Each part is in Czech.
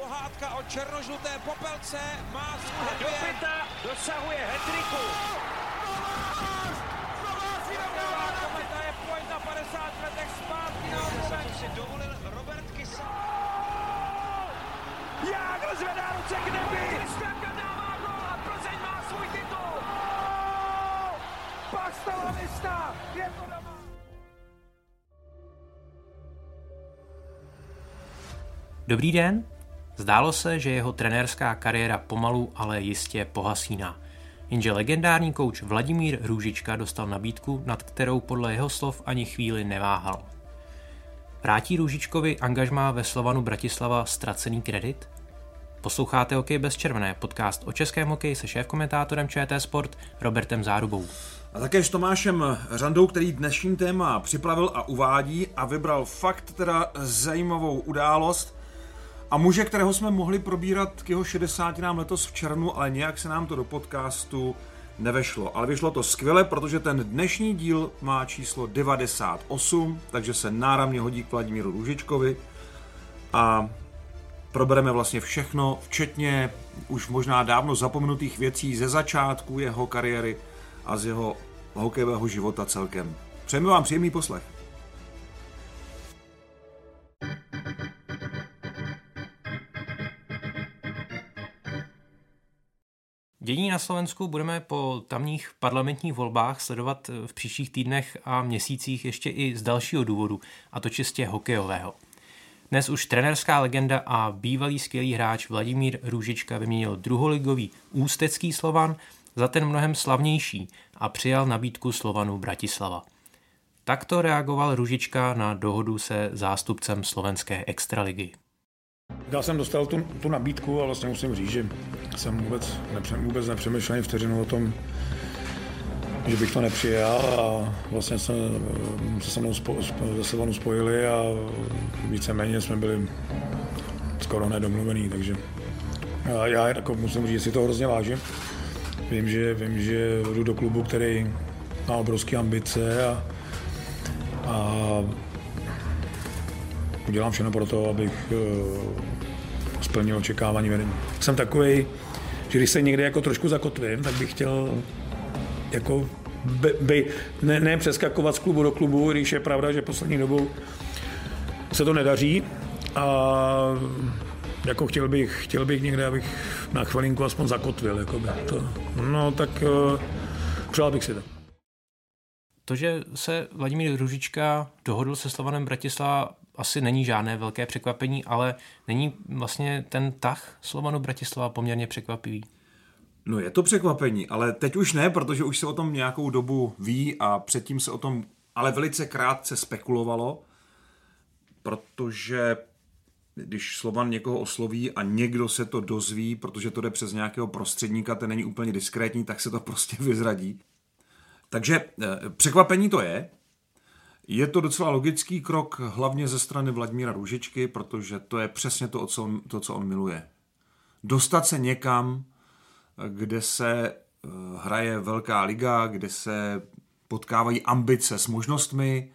pohádka o černožluté popelce má svůj happy end. Dopita dosahuje hat-tricku. Kometa je pojď na 50 letech zpátky na oblomek. Si dovolil Robert Kysa. Jágr zvedá ruce k nebi. Kristianka dává gól a Plzeň má svůj titul. Basta la vista, je to doma. Dobrý den. Zdálo se, že jeho trenérská kariéra pomalu, ale jistě pohasíná. Jenže legendární kouč Vladimír Růžička dostal nabídku, nad kterou podle jeho slov ani chvíli neváhal. Vrátí Růžičkovi angažmá ve Slovanu Bratislava ztracený kredit? Posloucháte Hokej bez červené, podcast o českém hokeji se šéfkomentátorem ČT Sport Robertem Zárubou. A také s Tomášem Řandou, který dnešní téma připravil a uvádí a vybral fakt teda zajímavou událost a muže, kterého jsme mohli probírat k jeho 60. letos v červnu, ale nějak se nám to do podcastu nevešlo. Ale vyšlo to skvěle, protože ten dnešní díl má číslo 98, takže se náramně hodí k Vladimíru Růžičkovi a probereme vlastně všechno, včetně už možná dávno zapomenutých věcí ze začátku jeho kariéry a z jeho hokejového života celkem. Přejeme vám příjemný poslech. Dění na Slovensku budeme po tamních parlamentních volbách sledovat v příštích týdnech a měsících ještě i z dalšího důvodu, a to čistě hokejového. Dnes už trenérská legenda a bývalý skvělý hráč Vladimír Růžička vyměnil druholigový ústecký Slovan za ten mnohem slavnější a přijal nabídku Slovanu Bratislava. Takto reagoval Růžička na dohodu se zástupcem slovenské extraligy. Já jsem dostal tu nabídku a vlastně musím říct, že jsem vůbec nepřemýšlel ani vteřinu o tom, že bych to nepřijal a vlastně se mnou ze Slovanu spojili a víceméně jsme byli skoro nedomluvený, takže já jako musím říct, že si to hrozně vážím. Vím, že jdu do klubu, který má obrovské ambice a udělám všechno pro to, abych splnil očekávání vedení. Jsem takovej, že když se někde jako trošku zakotvím, tak bych chtěl jako ne přeskakovat z klubu do klubu, když je pravda, že poslední dobou se to nedaří a jako chtěl bych někde, abych na chvilinku aspoň zakotvil, jakoby to. No tak přál bych si to. To, že se Vladimír Růžička dohodl se Slovanem Bratislava, asi není žádné velké překvapení, ale není vlastně ten tah Slovanu Bratislava poměrně překvapivý? No je to překvapení, ale teď už ne, protože už se o tom nějakou dobu ví a předtím se o tom ale velice krátce spekulovalo, protože když Slovan někoho osloví a někdo se to dozví, protože to jde přes nějakého prostředníka, ten není úplně diskrétní, tak se to prostě vyzradí. Takže překvapení to je. Je to docela logický krok, hlavně ze strany Vladimíra Růžičky, protože to je přesně to, co on miluje. Dostat se někam, kde se hraje velká liga, kde se potkávají ambice s možnostmi.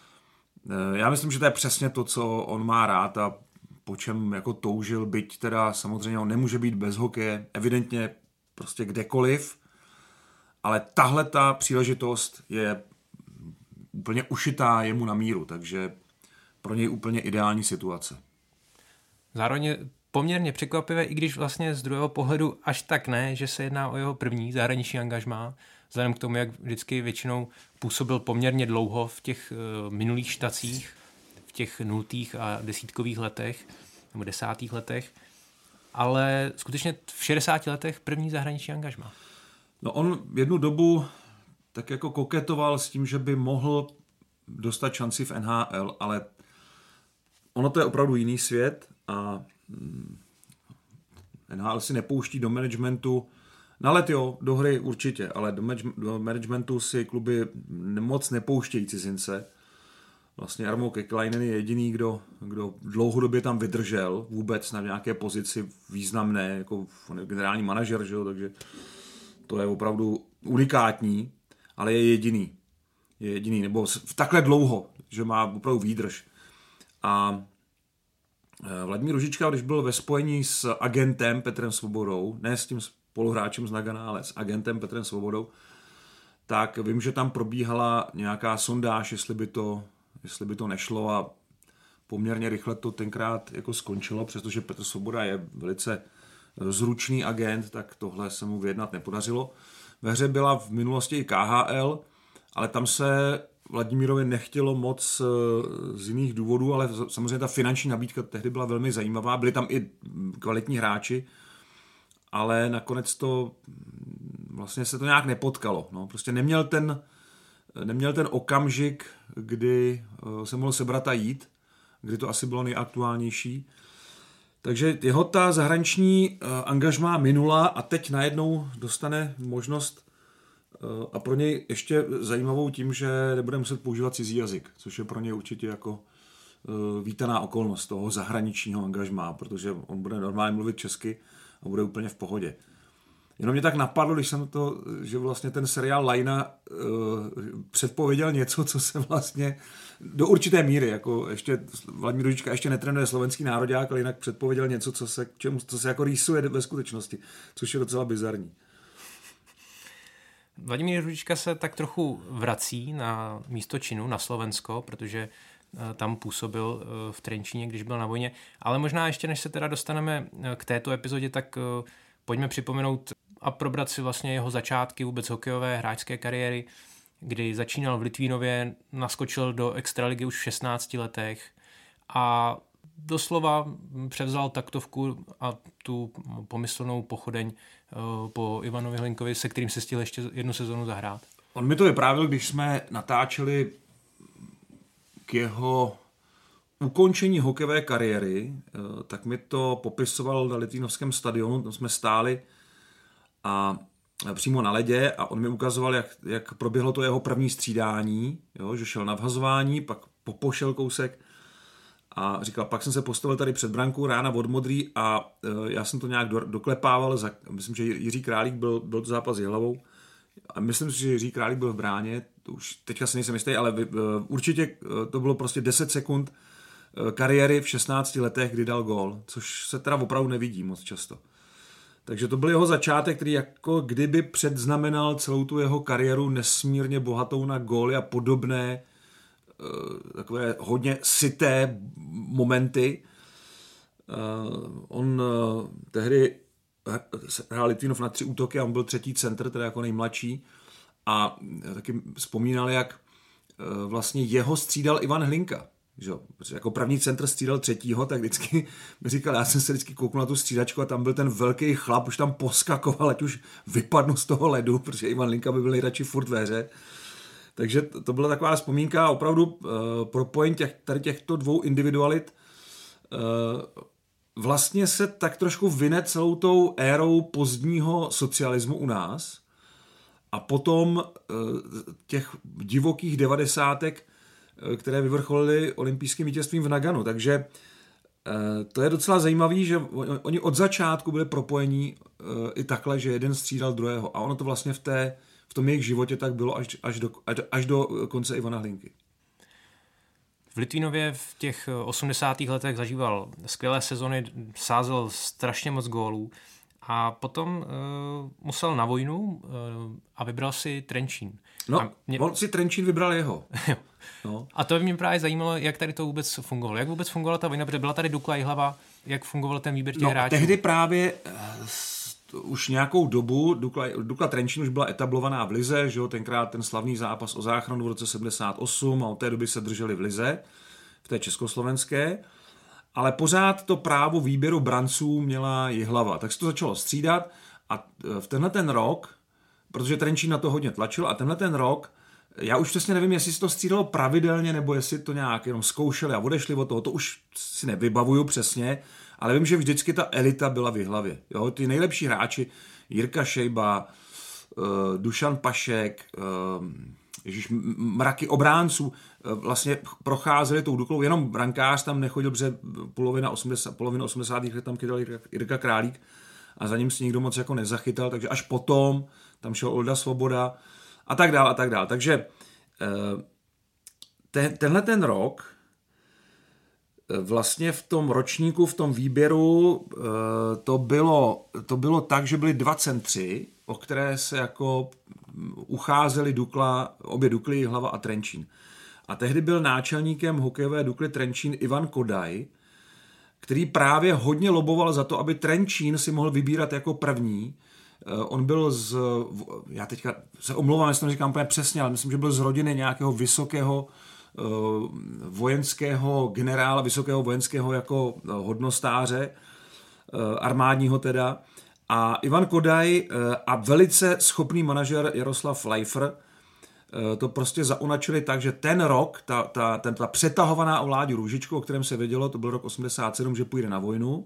Já myslím, že to je přesně to, co on má rád a po čem jako toužil, byť teda samozřejmě on nemůže být bez hokeje, evidentně prostě kdekoliv, ale tahle ta příležitost je úplně ušitá jemu na míru, takže pro něj úplně ideální situace. Zároveň je poměrně překvapivé, i když vlastně z druhého pohledu až tak ne, že se jedná o jeho první zahraniční angažmá, vzhledem k tomu, jak vždycky většinou působil poměrně dlouho v těch minulých štacích, v těch 0. a 10. letech, nebo 10. letech, ale skutečně v 60 letech první zahraniční angažmá. No on jednu dobu tak jako koketoval s tím, že by mohl dostat šanci v NHL, ale ono to je opravdu jiný svět a NHL si nepouští do managementu, na let jo, do hry určitě, ale do managementu si kluby moc nepouštějí cizince. Vlastně Jarmo Kekalainen je jediný, kdo dlouhodobě tam vydržel vůbec na nějaké pozici významné, jako generální manažer, že jo, takže to je opravdu unikátní, ale je jediný, nebo takhle dlouho, že má opravdu výdrž. A Vladimír Růžička, když byl ve spojení s agentem Petrem Svobodou, ne s tím spoluhráčem z Nagana, ale s agentem Petrem Svobodou, tak vím, že tam probíhala nějaká sondáž, jestli by to nešlo, a poměrně rychle to tenkrát jako skončilo, přestože Petr Svoboda je velice zručný agent, tak tohle se mu vyjednat nepodařilo. Ve hře byla v minulosti i KHL, ale tam se Vladimírovi nechtělo moc z jiných důvodů, ale samozřejmě ta finanční nabídka tehdy byla velmi zajímavá. Byli tam i kvalitní hráči, ale nakonec to vlastně se to nějak nepotkalo. No, prostě neměl ten okamžik, kdy se mohl sebrat a jít, kdy to asi bylo nejaktuálnější. Takže jeho ta zahraniční angažmá minula a teď najednou dostane možnost, a pro něj ještě zajímavou tím, že nebude muset používat cizí jazyk, což je pro něj určitě jako vítaná okolnost toho zahraničního angažmá, protože on bude normálně mluvit česky a bude úplně v pohodě. Jenom mě tak napadlo, když jsem to, že vlastně ten seriál Lajna předpověděl něco, co se vlastně do určité míry, jako ještě Vladimír Růžička ještě netrénuje slovenský nároďák, ale jinak předpověděl něco, co se jako rýsuje ve skutečnosti, což je docela bizarní. Vladimír Růžička se tak trochu vrací na místo činu, na Slovensko, protože tam působil v Trenčíně, když byl na vojně. Ale možná ještě, než se teda dostaneme k této epizodě, tak pojďme připomenout a probrat si vlastně jeho začátky vůbec hokejové hráčské kariéry, kdy začínal v Litvínově, naskočil do extraligy už v 16 letech a doslova převzal taktovku a tu pomyslnou pochodeň po Ivanovi Hlinkovi, se kterým se stihl ještě jednu sezonu zahrát. On mi to vyprávěl, když jsme natáčeli k jeho ukončení hokejové kariéry, tak mi to popisoval na Litvínovském stadionu, tam jsme stáli a přímo na ledě a on mi ukazoval, jak proběhlo to jeho první střídání, jo, že šel na vhazování, pak popošel kousek a říkal, pak jsem se postavil tady před brankou rána od modrý a já jsem to nějak doklepával, myslím, že Jiří Králík byl to zápas s Jihlavou a myslím si, že Jiří Králík byl v bráně, to už teďka si nejsem jistý, ale určitě to bylo prostě 10 sekund kariéry v 16 letech, kdy dal gól, což se teda opravdu nevidí moc často. Takže to byl jeho začátek, který jako kdyby předznamenal celou tu jeho kariéru nesmírně bohatou na góly a podobné takové hodně syté momenty. On tehdy hrál Litvínov na 3 útoky a on byl 3. centr, teda jako nejmladší. A taky vzpomínal, jak vlastně jeho střídal Ivan Hlinka. Že? Jako první centr střídal 3., tak vždycky mi říkal, já jsem se vždycky kouknul na tu střídačku a tam byl ten velký chlap, už tam poskakoval, ať už vypadnu z toho ledu, protože Ivan Hlinka by byl nejradši furt ve hře. Takže to byla taková vzpomínka, opravdu propojení těchto dvou individualit vlastně se tak trošku vyne celou tou érou pozdního socialismu u nás a potom těch divokých 90. které vyvrcholily olympijským vítězstvím v Naganu. Takže to je docela zajímavé, že oni od začátku byli propojení i takhle, že jeden střídal druhého. A ono to vlastně v tom jejich životě tak bylo až do konce Ivana Hlinky. V Litvínově v těch 80. letech zažíval skvělé sezony, sázel strašně moc gólů a potom musel na vojnu a vybral si Trenčín. No, on si Trenčín vybral jeho. No. A to by mě právě zajímalo, jak tady to vůbec fungovalo. Jak vůbec fungovala ta vojna, protože byla tady Dukla Jihlava, jak fungoval ten výběr těch hráčů? Tehdy právě už nějakou dobu Dukla Trenčín už byla etablovaná v lize, že jo, tenkrát ten slavný zápas o záchranu v roce 78 a od té doby se drželi v lize, v té československé, ale pořád to právo výběru branců měla Jihlava, tak se to začalo střídat a v tenhle ten rok, protože Trenčín na to hodně tlačil a tenhle ten rok, já už přesně nevím, jestli se to střídalo pravidelně, nebo jestli to nějak jenom zkoušeli a odešli od toho, to už si nevybavuju přesně, ale vím, že vždycky ta elita byla v Jihlavě. Jo? Ty nejlepší hráči, Jirka Šejba, Dušan Pašek, mraky obránců, vlastně procházeli tou Duklou, jenom brankář tam nechodil, protože polovina 80. let tam chytal Jirka Králík a za ním si nikdo moc jako nezachytal, takže až potom tam šel Olda Svoboda a tak dál a tak dál. Takže tenhle ten rok vlastně v tom ročníku, v tom výběru to bylo tak, že byly 2 centři, o které se jako ucházeli obě Dukly, Jihlava a Trenčín. A tehdy byl náčelníkem hokejové Dukly Trenčín Ivan Kodaj, který právě hodně loboval za to, aby Trenčín si mohl vybírat jako první. On byl já teďka se omlouvám, jestli to říkám úplně přesně, ale myslím, že byl z rodiny nějakého vysokého vojenského generála, vysokého vojenského jako hodnostáře, armádního teda. A Ivan Kodaj a velice schopný manažer Jaroslav Leifr to prostě zaunačili tak, že ten rok, ta přetahovaná o Láďu Růžičku, o kterém se vědělo, to byl rok 87, že půjde na vojnu,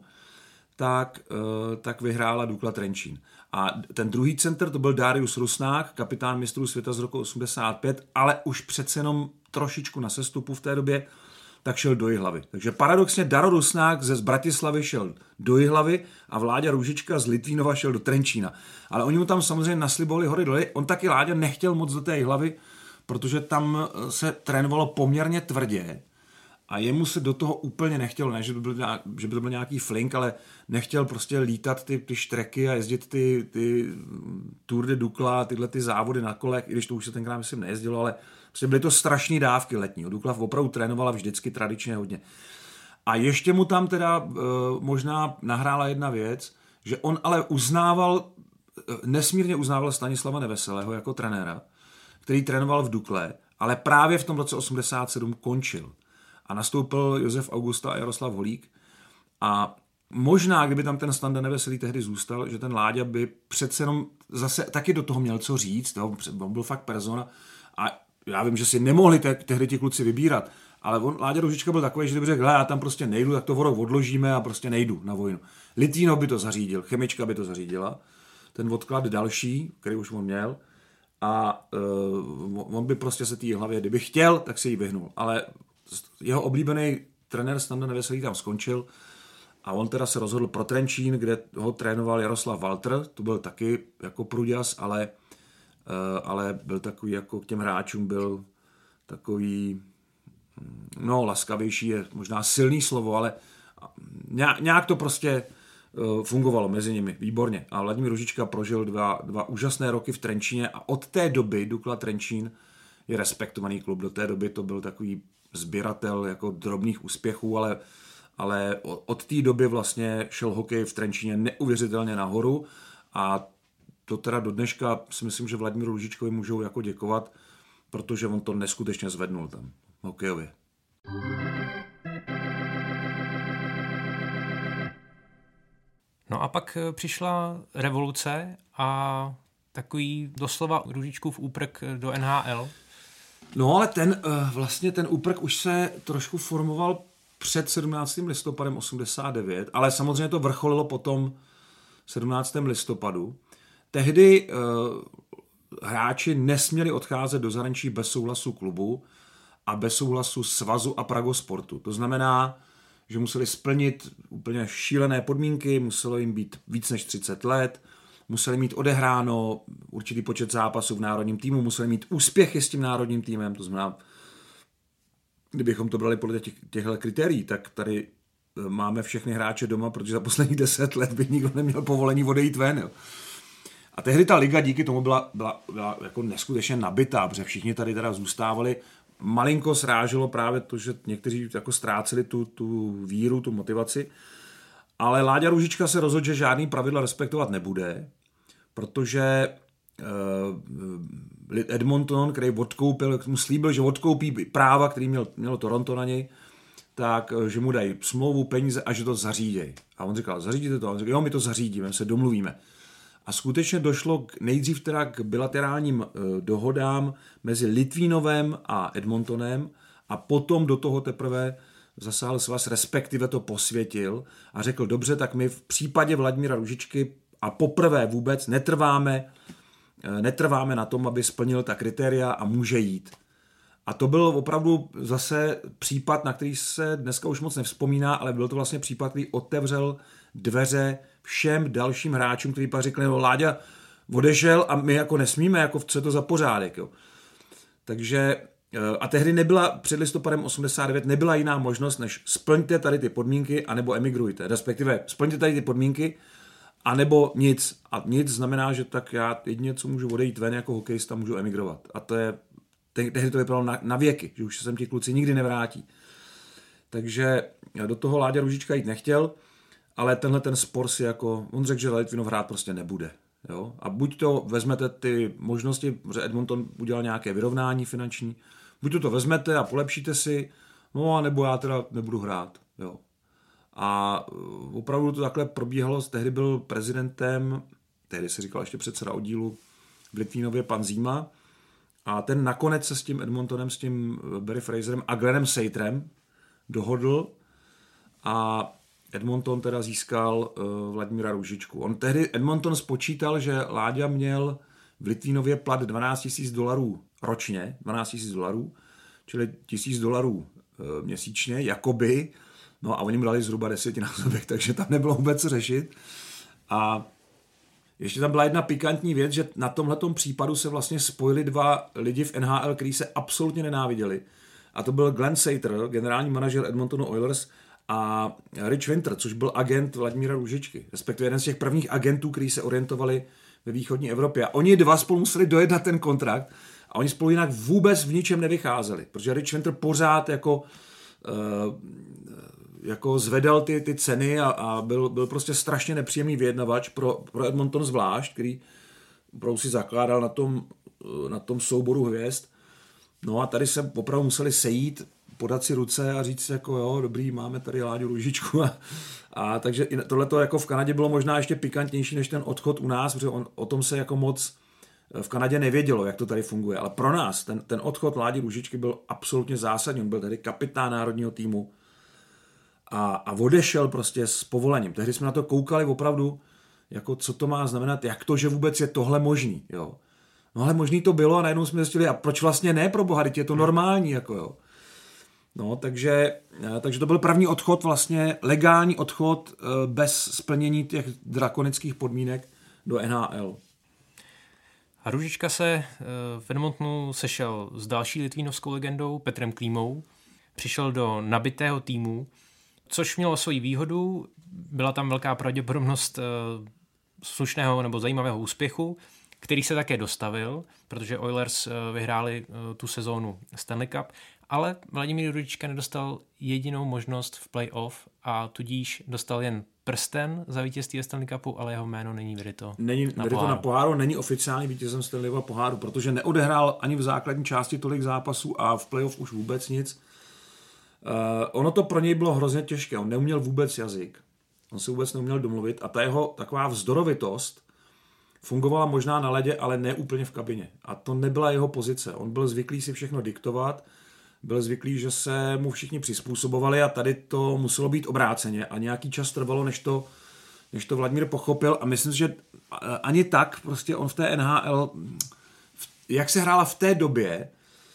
tak vyhrála Dukla Trenčín. A ten druhý center, to byl Darius Rusnák, kapitán mistrů světa z roku 85, ale už přece jenom trošičku na sestupu v té době, tak šel do Jihlavy. Takže paradoxně Daro Rusnák z Bratislavy šel do Jihlavy a Vláďa Růžička z Litvínova šel do Trenčína. Ale oni mu tam samozřejmě naslibovali hory doly. On taky Láďa nechtěl moc do té Jihlavy, protože tam se trénovalo poměrně tvrdě a jemu se do toho úplně nechtělo. Ne, že by to byl nějaký flink, ale nechtěl prostě lítat ty štreky a jezdit ty Tour de Dukla, tyhle ty závody na kolech, i když to už se tenkrát myslím nejezdilo, ale prostě byly to strašné dávky letní. Dukla opravdu trénovala vždycky tradičně hodně. A ještě mu tam teda možná nahrála jedna věc, že on ale nesmírně uznával Stanislava Neveselého jako trenéra, který trénoval v Dukle, ale právě v tom roce 87 končil. A nastoupil Josef Augusta a Jaroslav Holík. A možná, kdyby tam ten Standa Neveselý tehdy zůstal, že ten Láďa by přece jenom zase taky do toho měl co říct. On byl fakt persona. A já vím, že si nemohli tehdy ti kluci vybírat, ale Láďa Růžička byl takový, že kdyby řekl, já tam prostě nejdu, tak to rok odložíme a prostě nejdu na vojnu. Litvínov by to zařídil, Chemička by to zařídila, ten odklad další, který už on měl, a on by prostě se té hlavě, kdyby chtěl, tak se jí vyhnul. Ale jeho oblíbený trenér Standa Neveselý tam skončil a on teda se rozhodl pro Trenčín, kde ho trénoval Jaroslav Walter, to byl taky jako průděs, ale byl takový, jako k těm hráčům byl takový, laskavější je možná silný slovo, ale nějak to prostě fungovalo mezi nimi, výborně. A Vladimír Růžička prožil dva úžasné roky v Trenčíně a od té doby Dukla Trenčín je respektovaný klub. Do té doby to byl takový sběratel jako drobných úspěchů, ale od té doby vlastně šel hokej v Trenčíně neuvěřitelně nahoru a to teda do dneška si myslím, že Vladimíru Růžičkovi můžou jako děkovat, protože on to neskutečně zvednul tam hokejově. No a pak přišla revoluce a takový doslova Růžičkův úprk do NHL. No ale ten úprk už se trošku formoval před 17. listopadem 89, ale samozřejmě to vrcholilo potom 17. listopadu. Tehdy hráči nesměli odcházet do zahraničí bez souhlasu klubu a bez souhlasu svazu a Pragosportu. To znamená, že museli splnit úplně šílené podmínky, muselo jim být víc než 30 let, museli mít odehráno určitý počet zápasů v národním týmu, museli mít úspěchy s tím národním týmem, to znamená, kdybychom to brali podle těchto kritérií, tak tady máme všechny hráče doma, protože za posledních 10 let by nikdo neměl povolení odejít ven. Jo. A tehdy ta liga díky tomu byla jako neskutečně nabitá, protože všichni tady teda zůstávali. Malinko sráželo právě to, že někteří jako ztráceli tu víru, tu motivaci. Ale Láďa Růžička se rozhodl, že žádný pravidla respektovat nebude, protože Edmonton, který mu slíbil, že odkoupí práva, který mělo Toronto na něj, tak že mu dají smlouvu, peníze a že to zařídějí. A on říkal, zařídíte to? A on říkal, jo, my to zařídíme, se domluvíme. A skutečně došlo nejdřív teda k bilaterálním dohodám mezi Litvínovem a Edmontonem a potom do toho teprve zasáhl svaz, respektive to posvětil a řekl, dobře, tak my v případě Vladimíra Růžičky a poprvé vůbec netrváme na tom, aby splnil ta kritéria a může jít. A to byl opravdu zase případ, na který se dneska už moc nevzpomíná, ale byl to vlastně případ, který otevřel dveře všem dalším hráčům, kteří pak řekli, no Láďa odešel a my jako nesmíme, jako co je to za pořádek. Jo. Takže A tehdy nebyla, před listopadem 89, nebyla jiná možnost, než splňte tady ty podmínky, anebo emigrujte. Respektive splňte tady ty podmínky, anebo nic. A nic znamená, že tak já jedině, co můžu odejít ven jako hokejista, můžu emigrovat. A to je, tehdy to vypadalo na věky, že už se sem ti kluci nikdy nevrátí. Takže do toho Láďa Růžička jít nechtěl, ale tenhle ten spor si jako, on řekl, že Litvinov hrát prostě nebude. Jo? A buď to vezmete ty možnosti, že Edmonton udělal nějaké vyrovnání finanční, buď to vezmete a polepšíte si, no a nebo já teda nebudu hrát. Jo? A opravdu to takhle probíhalo, tehdy byl prezidentem, tehdy se říkal ještě předseda oddílu v Litvínově pan Zima, a ten nakonec se s tím Edmontonem, s tím Barry Fraserem a Glennem Seitrem dohodl a Edmonton teda získal Vladimíra Růžičku. On tehdy Edmonton spočítal, že Láďa měl v Litvínově plat $12,000 ročně, $12,000, čili $1,000 měsíčně, jakoby, no a oni mu dali zhruba 10násobek, takže tam nebylo vůbec co řešit. A ještě tam byla jedna pikantní věc, že na tomhletom případu se vlastně spojili dva lidi v NHL, kteří se absolutně nenáviděli. A to byl Glenn Seitr, generální manažer Edmontonu Oilers, a Rich Winter, což byl agent Vladimíra Růžičky, respektive jeden z těch prvních agentů, kteří se orientovali ve východní Evropě. A oni dva spolu museli dojednat ten kontrakt a oni spolu jinak vůbec v ničem nevycházeli, protože Rich Winter pořád jako zvedal ty ceny a byl prostě strašně nepříjemný vyjednavač pro Edmonton zvlášť, který opravdu si zakládal na tom souboru hvězd. No a tady se opravdu museli sejít, podat si ruce a říct jako jo, dobrý, máme tady Láďu Růžičku. A takže tohleto jako v Kanadě bylo možná ještě pikantnější než ten odchod u nás, protože o tom se jako moc v Kanadě nevědělo, jak to tady funguje. Ale pro nás ten odchod Ládi Růžičky byl absolutně zásadní. On byl tady kapitán národního týmu a odešel prostě s povolením. Tehdy jsme na to koukali opravdu, jako co to má znamenat, jak to, že vůbec je tohle možný. Jo. No ale možný to bylo a najednou jsme zjistili, a proč vlastně ne pro boha, teď je to normální. Jako jo. No, takže to byl první odchod, vlastně legální odchod bez splnění těch drakonických podmínek do NHL. A Růžička se v Edmontonu sešel s další litvínovskou legendou Petrem Klímou. Přišel do nabitého týmu, což mělo svoji výhodu. Byla tam velká pravděpodobnost slušného nebo zajímavého úspěchu, který se také dostavil, protože Oilers vyhráli tu sezónu Stanley Cup, ale Vladimír Růžička nedostal jedinou možnost v playoff a tudíž dostal jen prsten za vítězství Stanley Cupu, ale jeho jméno není vyryto. Není vyryto na poháru, není oficiální vítězem Stanleyho poháru, protože neodehrál ani v základní části tolik zápasů a v playoff už vůbec nic. Ono to pro něj bylo hrozně těžké, on neuměl vůbec jazyk, on se vůbec neuměl domluvit a ta jeho taková vzdorovitost fungovala možná na ledě, ale ne úplně v kabině. A to nebyla jeho pozice. On byl zvyklý si všechno diktovat, byl zvyklý, že se mu všichni přizpůsobovali a tady to muselo být obráceně a nějaký čas trvalo, než to Vladimír pochopil a myslím si, že ani tak prostě on v té NHL, jak se hrála v té době,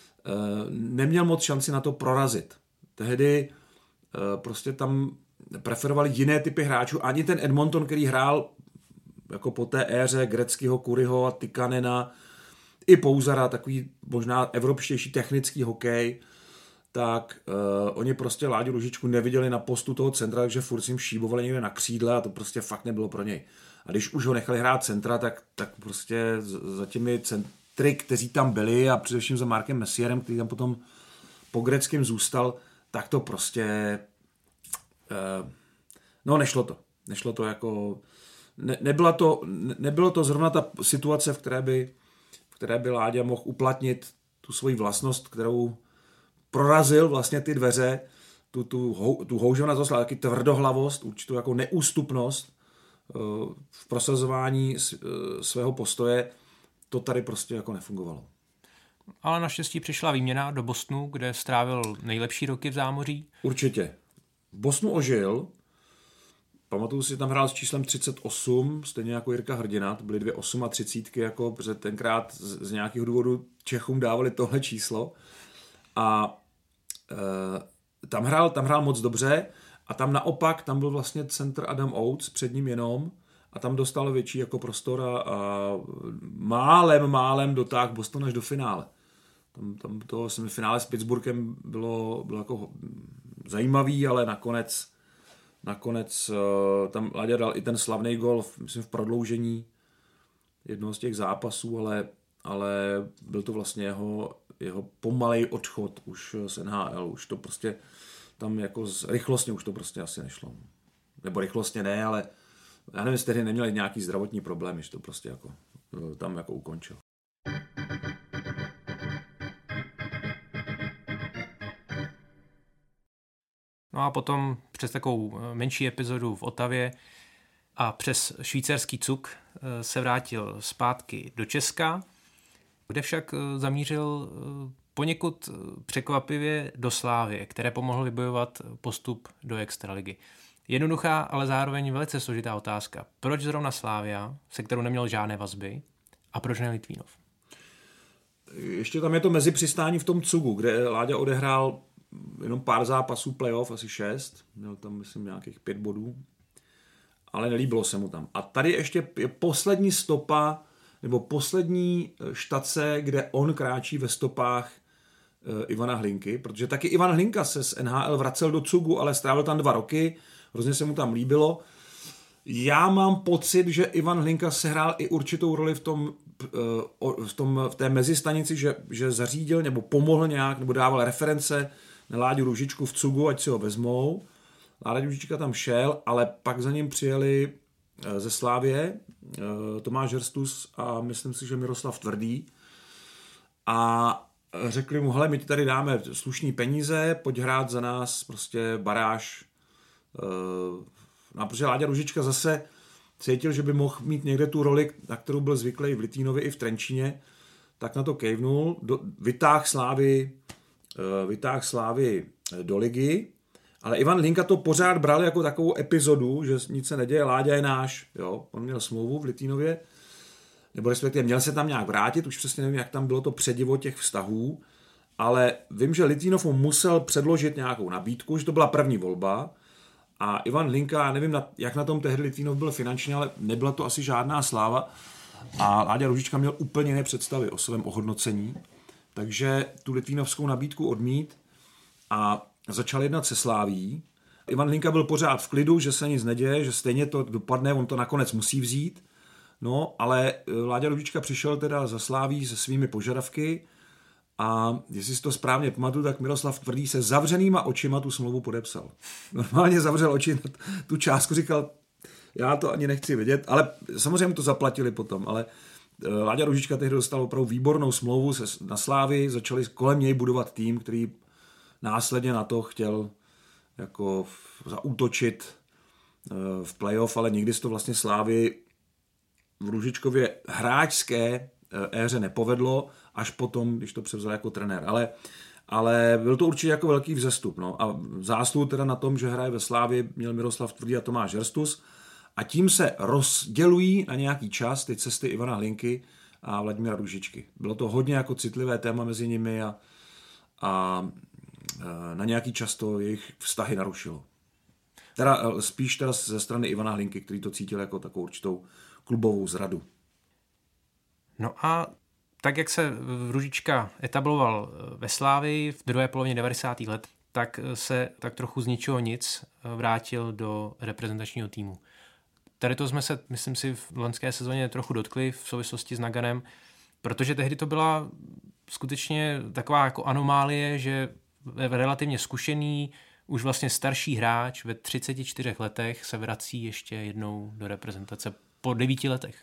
neměl moc šanci na to prorazit. Tehdy prostě tam preferovali jiné typy hráčů. Ani ten Edmonton, který hrál jako po té éře Gretzkyho, Kuryho a Tikkanena, i Pouzara, takový možná evropštější technický hokej, tak oni prostě Láďu Růžičku neviděli na postu toho centra, takže furt si jim šíbovali někde na křídle a to prostě fakt nebylo pro něj. A když už ho nechali hrát centra, tak prostě za těmi centry, kteří tam byli a především za Markem Messierem, který tam potom po Greckým zůstal, tak to prostě nešlo to jako nebylo to zrovna ta situace, v které by Láďa mohl uplatnit tu svoji vlastnost, kterou prorazil vlastně ty dveře, tu houževnatost, taky tvrdohlavost, určitou jako neústupnost v prosazování svého postoje, to tady prostě jako nefungovalo. Ale naštěstí přišla výměna do Bostonu, kde strávil nejlepší roky v zámoří. Určitě. V Bostonu ožil. Pamatuju si, tam hrál s číslem 38, stejně jako Jirka Hrdina, to byly 2 38, jako, protože tenkrát z nějakých důvodů Čechům dávali tohle číslo. A tam hrál moc dobře a tam naopak, tam byl vlastně centr Adam Oates, před ním jenom, a tam dostal větší jako prostor a málem dotáhl Boston až do finále. Tam to finále s Pittsburghem bylo jako zajímavý, ale nakonec tam Láďa dal i ten slavný gol, myslím v prodloužení jednoho z těch zápasů, ale byl to vlastně jeho pomalej odchod už z NHL, už to prostě tam jako rychlostně už to prostě asi nešlo. Nebo rychlostně ne, ale já nevím, jestli tehdy neměli nějaký zdravotní problémy, že to prostě jako tam jako ukončil. No a potom přes takovou menší epizodu v Otavě a přes švýcarský cuk se vrátil zpátky do Česka, kde však zamířil poněkud překvapivě do Slávie, které pomohlo vybojovat postup do extraligy. Jednoduchá, ale zároveň velice složitá otázka. Proč zrovna Slavia, se kterou neměl žádné vazby, a proč ne Litvínov? Ještě tam je to mezipřistání v tom cugu, kde Láďa odehrál jenom pár zápasů playoff, asi 6, měl tam myslím nějakých 5 bodů, ale nelíbilo se mu tam. A tady ještě je poslední stopa, nebo poslední štace, kde on kráčí ve stopách Ivana Hlinky, protože taky Ivan Hlinka se z NHL vracel do cugu, ale strávil tam 2 roky, hrozně se mu tam líbilo. Já mám pocit, že Ivan Hlinka sehrál i určitou roli v té mezistanici, že zařídil nebo pomohl nějak, nebo dával reference na Láďu Růžičku v cugu, ať si ho vezmou. Láďa Růžička tam šel, ale pak za ním přijeli ze Slávie Tomáš Hrstus a myslím si, že Miroslav Tvrdý. A řekli mu, hele, my ti tady dáme slušný peníze, pojď hrát za nás prostě baráž. No, protože Láďa Růžička zase cítil, že by mohl mít někde tu roli, na kterou byl zvyklý v Litvínově i v Trenčíně, tak na to kejvnul, vytáhl Slávy do ligy, ale Ivan Hlinka to pořád bral jako takovou epizodu, že nic se neděje, Láďa je náš, jo, on měl smlouvu v Litvínově, nebo respektive měl se tam nějak vrátit, už přesně nevím, jak tam bylo to předivo těch vztahů, ale vím, že Litvínov mu musel předložit nějakou nabídku, že to byla první volba a Ivan Hlinka, nevím, jak na tom tehdy Litvínov byl finančně, ale nebyla to asi žádná sláva a Láďa Růžička měl úplně jiné představy o svém ohodnocení, takže tu litvínovskou nabídku odmít a začal jednat se Sláví. Ivan Hlinka byl pořád v klidu, že se nic neděje, že stejně to dopadne, on to nakonec musí vzít. No, ale Láďa Růžička přišel teda za Sláví se svými požadavky a jestli si to správně pamatuju, tak Miroslav Tvrdý se zavřenýma očima tu smlouvu podepsal. Normálně zavřel oči na tu částku, říkal, já to ani nechci vidět, ale samozřejmě to zaplatili potom, ale Láďa Růžička tehdy dostal opravdu výbornou smlouvu na Slávii, začali kolem něj budovat tým, který následně na to chtěl jako zaútočit v playoff, ale nikdy se to vlastně Slávii v Růžičkově hráčské éře nepovedlo, až potom, když to převzal jako trenér. Ale byl to určitě jako velký vzestup. No. A zásluhu teda na tom, že hraje ve Slávii, měl Miroslav Tvrdý a Tomáš Hrstus. A tím se rozdělují na nějaký čas ty cesty Ivana Hlinky a Vladimíra Růžičky. Bylo to hodně jako citlivé téma mezi nimi a na nějaký čas to jejich vztahy narušilo. Spíš teda ze strany Ivana Hlinky, který to cítil jako takovou určitou klubovou zradu. No a tak, jak se Růžička etabloval ve Slávii v druhé polovině 90. let, tak se tak trochu z ničeho nic vrátil do reprezentačního týmu. Tady to jsme se, myslím si, v loňské sezóně trochu dotkli v souvislosti s Naganem, protože tehdy to byla skutečně taková jako anomálie, že relativně zkušený, už vlastně starší hráč ve 34 letech se vrací ještě jednou do reprezentace po 9 letech.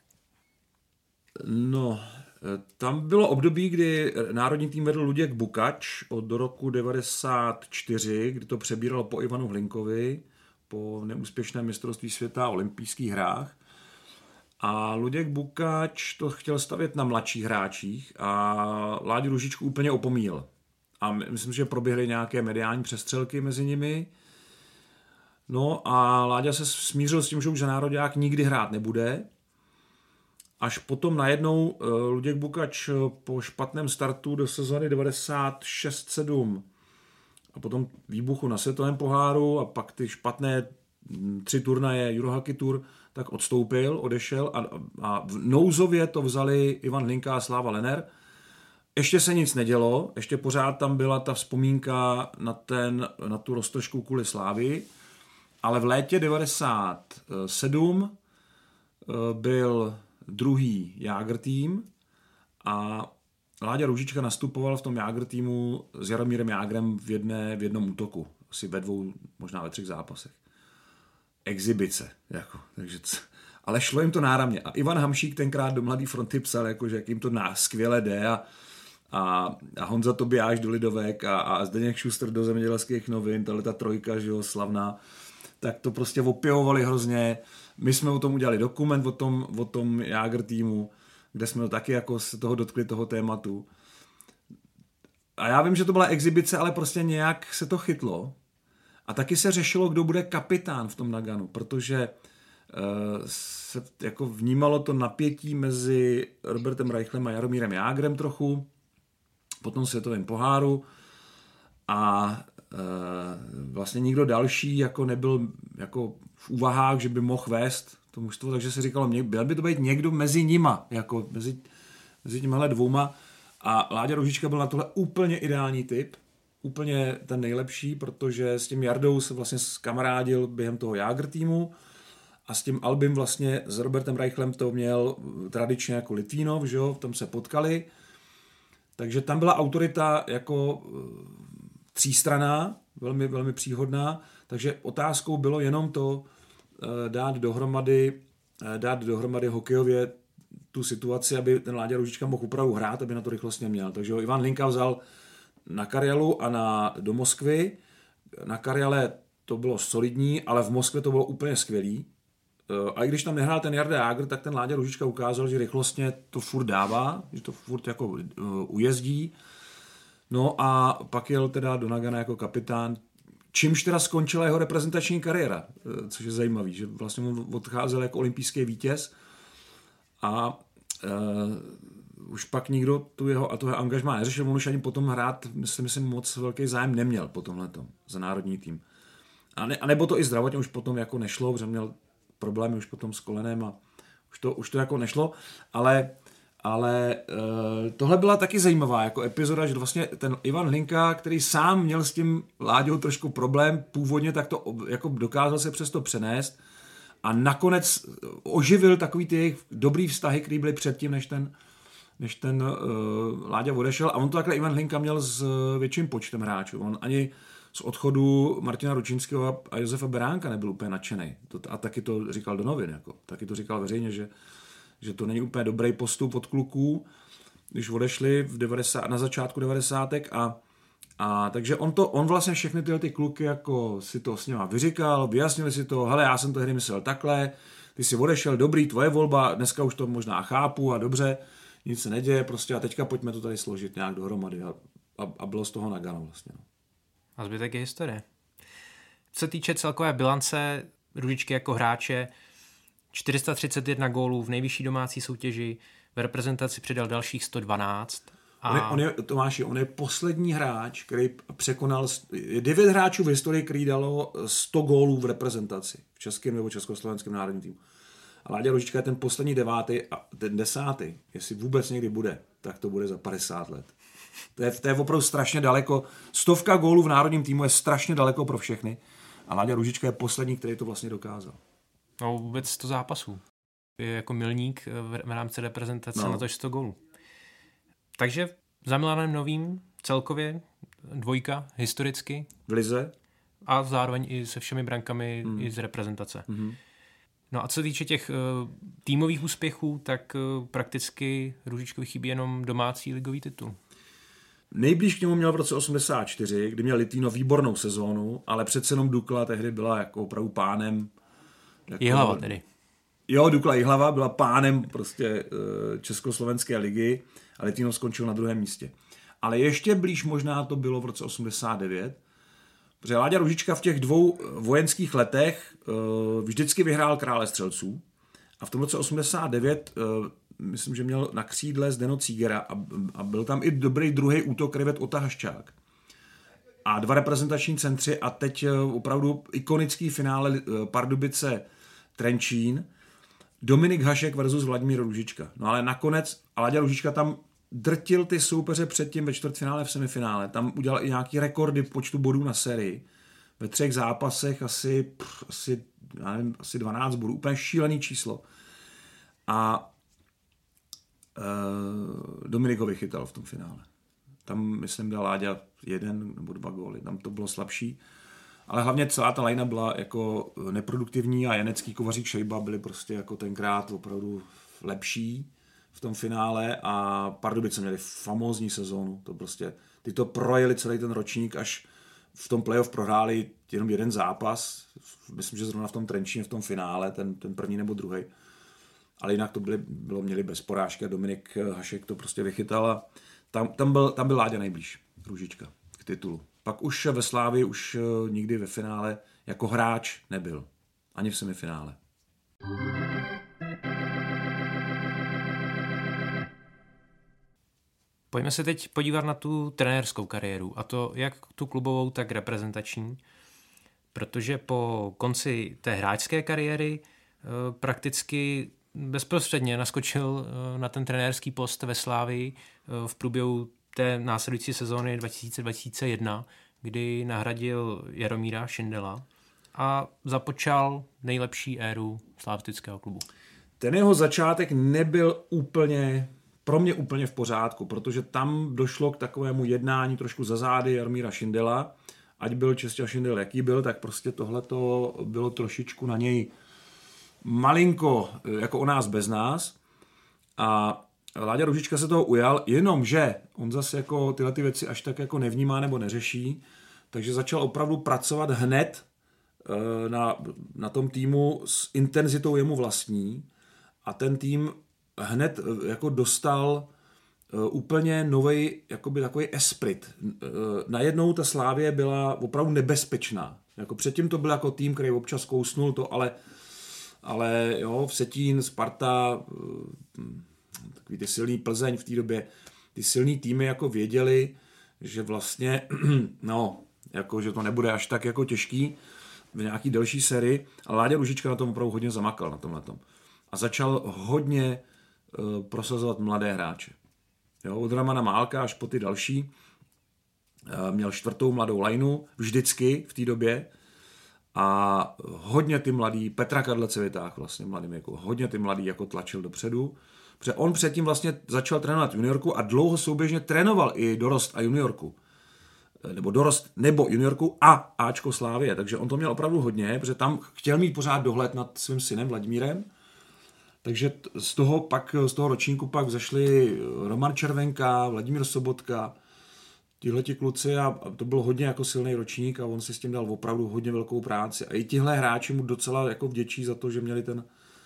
No, tam bylo období, kdy národní tým vedl Luděk Bukač do roku 94, kdy to přebíralo po Ivanu Hlinkovi, po neúspěšném mistrovství světa a olympijských hrách. A Luděk Bukač to chtěl stavět na mladších hráčích a Láďu Růžičku úplně opomíjel. A myslím, že proběhly nějaké mediální přestřelky mezi nimi. No a Láďa se smířil s tím, že už za nároďák nikdy hrát nebude. Až potom najednou Luděk Bukač po špatném startu do sezony 96-7 a potom výbuchu na světovém poháru a pak ty špatné 3 turnaje Eurohockey Tour, tak odstoupil, odešel a v nouzově to vzali Ivan Hlinka a Sláva Lenner. ještě se nic nedělo, ještě pořád tam byla ta vzpomínka na tu roztržku kvůli Slávii, ale v létě 97 byl druhý Jágr tým a Láďa Růžička nastupoval v tom Jágr týmu s Jaromírem Jágrem v jednom útoku, asi ve 2, možná ve 3 zápasech. Exibice, jako, takže ale šlo jim to náramně. A Ivan Hamšík tenkrát do Mladé fronty psal, jako, že jak jim to skvěle jde a Honza Tobiáš do Lidovek a Zdeněk Šustr do Zemědělských novin, tahleta trojka, že jo, slavná, tak to prostě opěvovali hrozně. My jsme o tom udělali dokument, o tom Jágr týmu, kde jsme taky jako se toho dotkli, toho tématu. A já vím, že to byla exibice, ale prostě nějak se to chytlo. A taky se řešilo, kdo bude kapitán v tom Naganu, protože se jako vnímalo to napětí mezi Robertem Reichlem a Jaromírem Jágrem trochu, po tom světovém poháru a vlastně nikdo další jako nebyl jako v úvahách, že by mohl vést to mužstvo, takže se říkalo, měl by to být někdo mezi nima, jako mezi těmahle dvouma a Láďa Růžička byl na tohle úplně ideální typ, úplně ten nejlepší, protože s tím Jardou se vlastně skamarádil během toho Jágr týmu a s tím Albim vlastně s Robertem Reichlem to měl tradičně jako Litvínov, že jo, tam se potkali. Takže tam byla autorita jako třístranná, velmi, velmi příhodná, takže otázkou bylo jenom to dát dohromady hokejově tu situaci, aby ten Láďa Růžička mohl opravdu hrát, aby na to rychlostně měl. Takže ho Ivan Hlinka vzal na Karjalu a do Moskvy. Na Karjale to bylo solidní, ale v Moskvě to bylo úplně skvělý. A i když tam nehrál ten Jarda Jágr, tak ten Láďa Růžička ukázal, že rychlostně to furt dává, že to furt jako ujezdí. No a pak jel teda do Nagana jako kapitán, čímž teda skončila jeho reprezentační kariéra, což je zajímavý, že vlastně on odcházel jako olympijský vítěz a už pak nikdo tu jeho angažmá neřešil, on už ani potom hrát, myslím, moc velký zájem neměl po tomhletom za národní tým. A nebo to i zdravotně už potom jako nešlo, protože měl problémy už potom s kolenem a už to jako nešlo, ale tohle byla taky zajímavá jako epizoda, že vlastně ten Ivan Hlinka, který sám měl s tím Láďou trošku problém původně, tak to jako dokázal se přesto přenést a nakonec oživil takový ty jejich dobrý vztahy, které byly předtím, než ten Láďa odešel a on to takhle Ivan Hlinka měl s větším počtem hráčů. On ani z odchodu Martina Ručínského a Josefa Beránka nebyl úplně nadšený. A taky to říkal do novin, jako. Taky to říkal veřejně, že to není úplně dobrý postup od kluků, když odešli na začátku 90. A takže on vlastně všechny tyhle ty kluky jako si to s něma vyříkal, vyjasnili si to, hele, já jsem to hry myslel takhle, ty si odešel, dobrý, tvoje volba, dneska už to možná chápu a dobře, nic se neděje prostě a teďka pojďme to tady složit nějak dohromady a bylo z toho Nagano vlastně. A zbytek je historie. Co se týče celkové bilance Růžičky jako hráče, 431 gólů v nejvyšší domácí soutěži, v reprezentaci přidal dalších 112. On je poslední hráč, který překonal 9 hráčů v historii, který dalo 100 gólů v reprezentaci v českém nebo československém národním týmu. A Láďa Růžička je ten poslední 9. a ten 10. jestli vůbec někdy bude, tak to bude za 50 let. To je opravdu strašně daleko. 100 gólů v národním týmu je strašně daleko pro všechny. A Láďa Růžička je poslední, který to vlastně dokázal. No vůbec 100 zápasů. Je jako milník v rámci reprezentace na to 100 gólů. Takže za Milanem Novým celkově 2 historicky. V lize. A zároveň i se všemi brankami i z reprezentace. Mm-hmm. No a co týče těch týmových úspěchů, tak prakticky Růžičkovi chybí jenom domácí ligový titul. Nejblíž k němu měl v roce 84, kdy měl Litvínov výbornou sezónu, ale přece jenom Dukla tehdy byla jako opravdu pánem. Jako, Jihlava tedy. Jo, Dukla Jihlava byla pánem prostě Československé ligy a Litvínov skončil na 2. místě. Ale ještě blíž možná to bylo v roce 89, protože Láďa Růžička v těch 2 vojenských letech vždycky vyhrál Krále střelců a v tom roce 89 myslím, že měl na křídle Zdeno Cígera a byl tam i dobrý druhý útok Rivet Otahaščák. A 2 reprezentační centři a teď opravdu ikonický finále Pardubice Trenčín, Dominik Hašek versus Vladimír Růžička. No ale nakonec Láďa Růžička tam drtil ty soupeře předtím ve čtvrtfinále, v semifinále. Tam udělal i nějaký rekordy v počtu bodů na sérii. Ve 3 zápasech asi 12 bodů. Úplně šílený číslo. A Dominik ho vychytal v tom finále. Tam, myslím, dal Láďa 1 nebo 2 góly. Tam to bylo slabší. Ale hlavně celá ta linea byla jako neproduktivní a Janecký, Kovařík, Šejba byli prostě jako tenkrát opravdu lepší v tom finále a Pardubice měli famózní sezónu. To prostě, ty to projeli celý ten ročník, až v tom playoff prohráli jenom 1 zápas. Myslím, že zrovna v tom Trenčíně, v tom finále, ten první nebo druhý. Ale jinak to měli bez porážky a Dominik Hašek to prostě vychytal a tam byl Láďa nejblíž, Růžička, k titulu. Pak už ve Slávii už nikdy ve finále jako hráč nebyl. Ani v semifinále. Pojďme se teď podívat na tu trenérskou kariéru, a to jak tu klubovou, tak reprezentační, protože po konci té hráčské kariéry prakticky bezprostředně naskočil na ten trenérský post ve Slávii v průběhu té následující sezóny 2000-2001, kdy nahradil Jaromíra Šindela a započal nejlepší éru slavistického klubu. Ten jeho začátek nebyl pro mě úplně v pořádku, protože tam došlo k takovému jednání trošku za zády Jaromíra Šindela. Ať byl Čestěl Šindel jaký byl, tak prostě tohleto bylo trošičku na něj malinko jako o nás bez nás. A Láďa Růžička se toho ujal, jenomže on zase jako tyhle ty věci až tak jako nevnímá nebo neřeší, takže začal opravdu pracovat hned na tom týmu s intenzitou jemu vlastní a ten tým hned jako dostal úplně novej, jakoby takový esprit. Najednou ta Slávie byla opravdu nebezpečná. Jako předtím to byl jako tým, který občas kousnul to, ale jo, Vsetín, Sparta, takový ty silný Plzeň v té době, ty silný týmy jako věděli, že vlastně, no, jako, že to nebude až tak jako těžký v nějaký delší sérii, ale Láďa Růžička na tom opravdu hodně zamakal na tomhletom. A začal hodně prosazovat mladé hráče. Jo, od Romana Málka až po ty další. Měl 4. mladou lajnu vždycky v té době a hodně ty mladý, Petra Kadlece vytáhl vlastně mladým, jako hodně ty mladý jako tlačil dopředu. Protože on předtím vlastně začal trénovat juniorku a dlouho souběžně trénoval i dorost a juniorku. Nebo dorost nebo juniorku a Ačko Slávie. Takže on to měl opravdu hodně, protože tam chtěl mít pořád dohled nad svým synem Vladimírem. Takže z toho ročníku pak vzešli Roman Červenka, Vladimír Sobotka, tihleti kluci a to byl hodně jako silný ročník a on si s tím dal opravdu hodně velkou práci. A i tihle hráči mu docela jako vděčí za to, že měli ten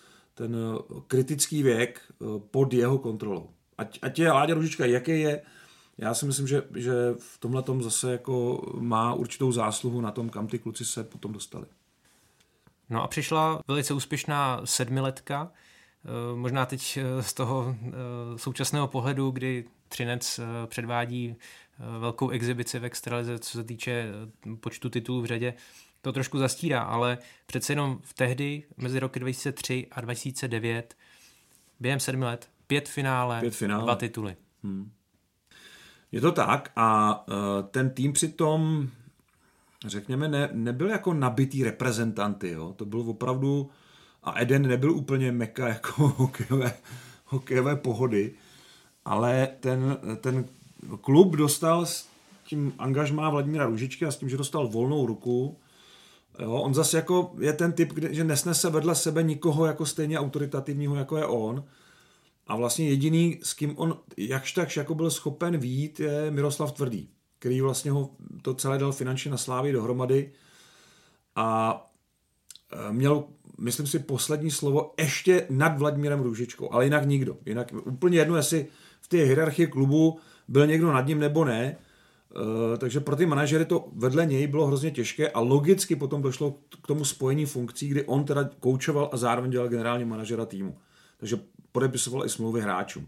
kritický věk pod jeho kontrolou. Ať je Láďa Růžička jaký je, já si myslím, že v tomhletom zase jako má určitou zásluhu na tom, kam ty kluci se potom dostali. No a přišla velice úspěšná 7letka, možná teď z toho současného pohledu, kdy Třinec předvádí velkou exibici v extralize, co se týče počtu titulů v řadě, to trošku zastírá, ale přece jenom v tehdy, mezi roky 2003 a 2009, během 7 let, 5 finále, 2 tituly. Je to tak a ten tým přitom, řekněme, nebyl jako nabitý reprezentanty, jo? To byl opravdu, a Eden nebyl úplně meka jako hokejové pohody, ale ten klub dostal s tím angažmá Vladimíra Růžičky a s tím, že dostal volnou ruku. Jo, on zase jako je ten typ, že nesnese vedle sebe nikoho jako stejně autoritativního, jako je on. A vlastně jediný, s kým on jakž takž jako byl schopen vyjít, je Miroslav Tvrdý, který vlastně ho to celé dal finančně na Slávii dohromady a měl, myslím si, poslední slovo ještě nad Vladimírem Růžičkou, ale jinak nikdo. Jinak úplně jedno, jestli v té hierarchii klubu byl někdo nad ním nebo ne, takže pro ty manažery to vedle něj bylo hrozně těžké a logicky potom došlo k tomu spojení funkcí, kdy on teda koučoval a zároveň dělal generální manažera týmu. Takže podepisoval i smlouvy hráčům.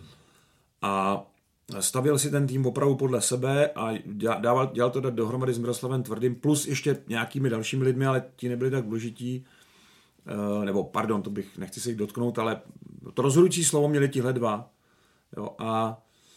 A stavěl si ten tým opravdu podle sebe a dělal to dohromady s Miroslavem Tvrdým plus ještě nějakými dalšími lidmi, ale ti nebyli tak důležití. Nebo pardon, nechci se jich dotknout, ale to rozhodující slovo měli tihle dva. Jo, a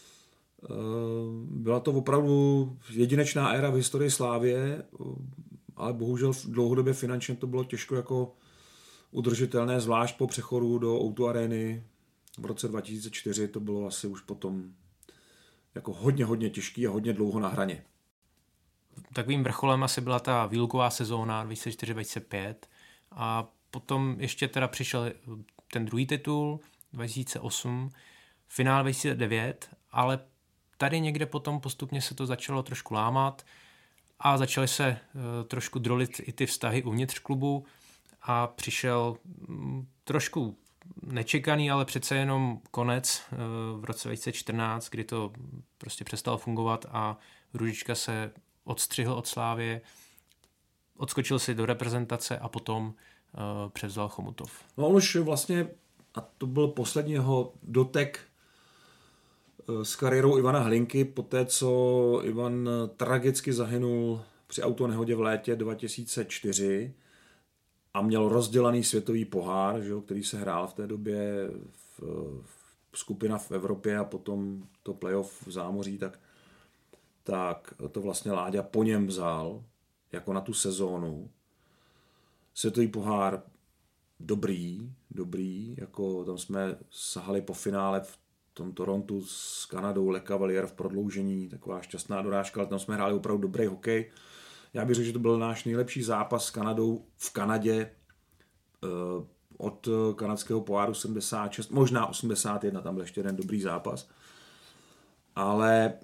Byla to opravdu jedinečná éra v historii Slávie, ale bohužel dlouhodobě finančně to bylo těžko jako udržitelné, zvlášť po přechodu do O2 Areny v roce 2004, to bylo asi už potom jako hodně těžký a hodně dlouho na hraně. Takovým vrcholem asi byla ta výluková sezóna 2004-2005 a potom ještě teda přišel ten druhý titul 2008, finál 2009, ale tady někde potom postupně se to začalo trošku lámat a začaly se trošku drolit i ty vztahy uvnitř klubu a přišel trošku nečekaný, ale přece jenom konec v roce 2014, kdy to prostě přestalo fungovat a Růžička se odstřihl od Slávie, odskočil si do reprezentace a potom převzal Chomutov. No on už vlastně, a to byl poslední jeho dotek s kariérou Ivana Hlinky, poté co Ivan tragicky zahynul při autonehodě v létě 2004 a měl rozdělaný světový pohár, že, který se hrál v té době skupina v Evropě a potom to playoff v zámoří, tak to vlastně Láďa po něm vzal jako na tu sezónu. Světový pohár dobrý, jako tam jsme sahali po finále v tom Torontu s Kanadou, Le Cavalier v prodloužení, taková šťastná dorážka, ale tam jsme hráli opravdu dobrý hokej. Já bych řekl, že to byl náš nejlepší zápas s Kanadou v Kanadě od kanadského poháru 76, možná 81, tam byl ještě jeden dobrý zápas. Ale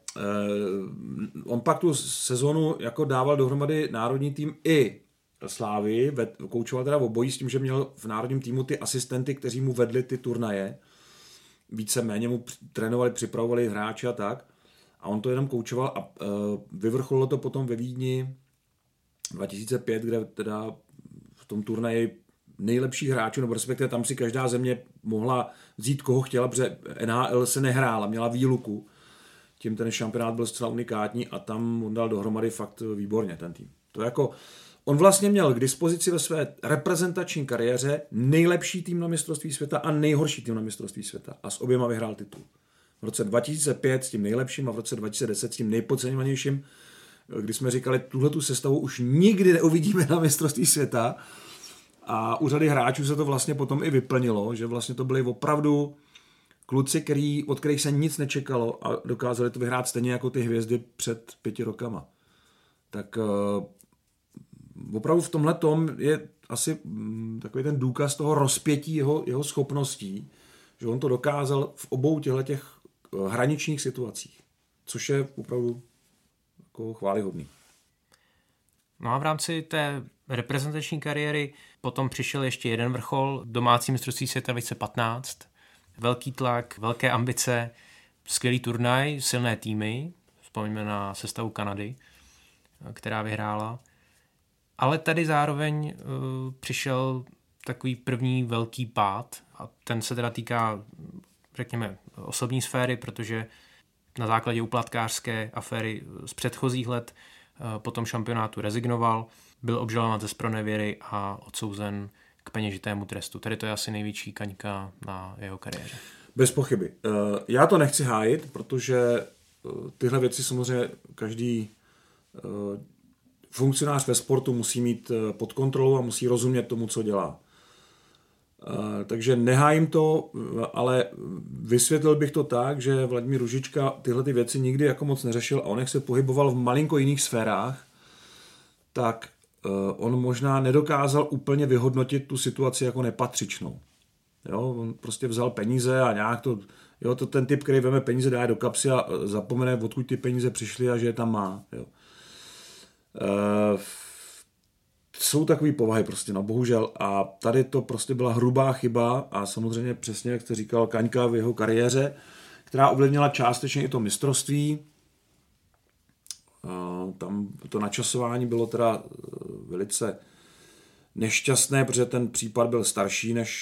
on pak tu sezonu jako dával dohromady národní tým i Slávy, koučoval teda obojí s tím, že měl v národním týmu ty asistenty, kteří mu vedli ty turnaje. Víceméně mu trénovali, připravovali hráči a tak. A on to jenom koučoval a vyvrcholilo to potom ve Vídni 2005, kde teda v tom turnaji nejlepších hráčů, nebo respektive tam si každá země mohla vzít, koho chtěla, protože NHL se nehrála, měla výluku. Tím ten šampionát byl zcela unikátní a tam on dal dohromady fakt výborně ten tým. To jako, on vlastně měl k dispozici ve své reprezentační kariéře nejlepší tým na mistrovství světa a nejhorší tým na mistrovství světa. A s oběma vyhrál titul. V roce 2005 s tím nejlepším a v roce 2010 s tím nejpodceňovanějším, kdy jsme říkali, tuhletu sestavu už nikdy neuvidíme na mistrovství světa. A u řady hráčů se to vlastně potom i vyplnilo, že vlastně to byli opravdu kluci, od kterých se nic nečekalo a dokázali to vyhrát stejně jako ty hvězdy před 5 rokama. Tak opravdu v tomhle tom je asi takový ten důkaz toho rozpětí jeho schopností, že on to dokázal v obou těch hraničních situacích, což je opravdu jako chvályhodný. No a v rámci té reprezentační kariéry potom přišel ještě jeden vrchol, domácí mistrovství světa 2015. Velký tlak, velké ambice, skvělý turnaj, silné týmy, vzpomeňme na sestavu Kanady, která vyhrála. Ale tady zároveň přišel takový první velký pád a ten se teda týká, řekněme, osobní sféry, protože na základě úplatkářské aféry z předchozích let po tom šampionátu rezignoval, byl obžalován ze zpronevěry a odsouzen k peněžitému trestu. Tady to je asi největší kaňka na jeho kariéře. Bez pochyby. Já to nechci hájit, protože tyhle věci samozřejmě každý funkcionář ve sportu musí mít pod kontrolou a musí rozumět tomu, co dělá. Takže nehájím to, ale vysvětlil bych to tak, že Vladimír Růžička tyhle ty věci nikdy jako moc neřešil a on jak se pohyboval v malinko jiných sférách, tak on možná nedokázal úplně vyhodnotit tu situaci jako nepatřičnou. Jo, on prostě vzal peníze a nějak to, jo, to ten typ, který veme peníze, dá je do kapsy a zapomene, odkud ty peníze přišly a že je tam má. Jo. Jsou takové povahy prostě, no bohužel. A tady to prostě byla hrubá chyba a samozřejmě přesně, jak jste říkal, kaňka v jeho kariéře, která ovlivnila částečně i to mistrovství. Tam to načasování bylo teda velice nešťastné, protože ten případ byl starší než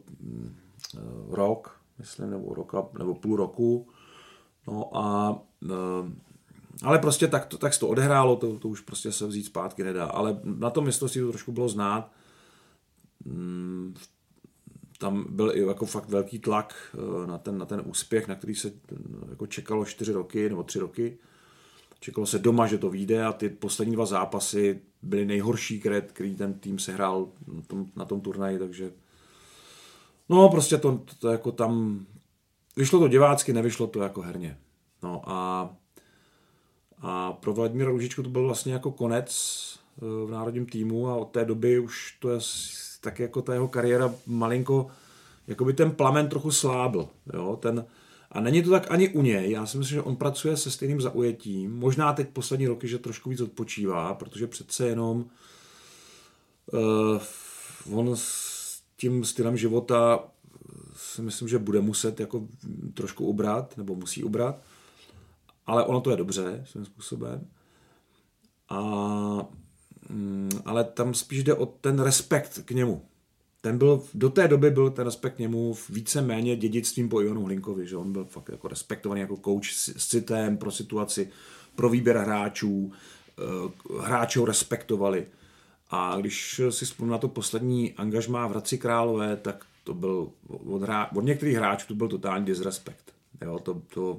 rok, myslím, nebo půl roku. No a ale prostě tak se to odehrálo, to už prostě se vzít zpátky nedá. Ale na tom mistrovství to trošku bylo znát. tam byl i jako fakt velký tlak na ten úspěch, na který se jako čekalo 4 roky nebo 3 roky. Čekalo se doma, že to vyjde a ty poslední 2 zápasy byly nejhorší, který ten tým sehrál na tom turnaji, takže no prostě to jako tam vyšlo to divácky, nevyšlo to jako herně. No a pro Vladimíra Růžičku to byl vlastně jako konec v národním týmu a od té doby už to je tak jako ta jeho kariéra malinko, jako by ten plamen trochu slábl, jo, a není to tak ani u něj, já si myslím, že on pracuje se stejným zaujetím, možná teď poslední roky, že trošku víc odpočívá, protože přece jenom on s tím stylem života si myslím, že bude muset jako trošku ubrat, nebo musí ubrat, ale ono to je dobře svým způsobem. Ale tam spíš jde o ten respekt k němu. Do té doby byl ten respekt k němu víceméně dědictvím po Ivanu Hlinkovi, že on byl fakt jako respektovaný jako coach s citem pro situaci, pro výběr hráčů, hráči ho respektovali. A když si vzpomínám na to poslední angažmá v Hradci Králové, tak to byl od některých hráčů to byl totální disrespekt. Jo, to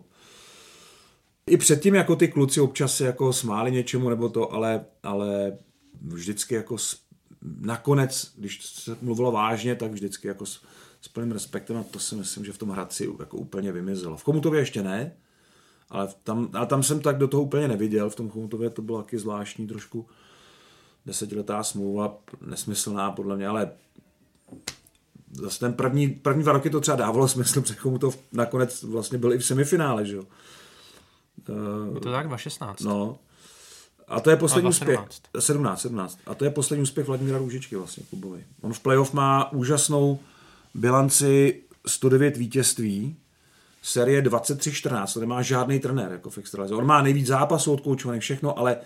i předtím jako ty kluci občas se jako smáli něčemu nebo to, ale vždycky jako nakonec, když se mluvilo vážně, tak vždycky jako s plným respektem a to si myslím, že v tom Hradci jako úplně vymizelo. V Chomutově ještě ne, ale tam jsem tak do toho úplně neviděl. V tom Chomutově to bylo taky zvláštní trošku 10letá smlouva, nesmyslná podle mě, ale zase ten první 2 roky to třeba dávalo smysl, protože Chomutov nakonec vlastně byl i v semifinále, že jo. Je to tak 2016. No. A to je poslední úspěch. 17. A to je poslední úspěch Vladimíra Růžičky vlastně klubový. On v playoff má úžasnou bilanci 109 vítězství, série 23-14, to nemá žádný trenér jako v extralize. On má nejvíc zápasů odkoučovaných, všechno, ale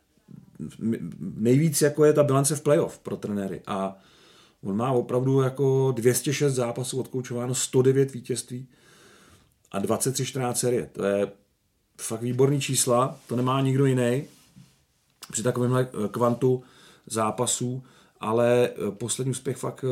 nejvíc jako je ta bilance v playoff pro trenéry. A on má opravdu jako 206 zápasů odkoučováno, 109 vítězství a 23-14 série. To je fakt výborný čísla, to nemá nikdo jiný při takovémhle kvantu zápasů, ale poslední úspěch fakt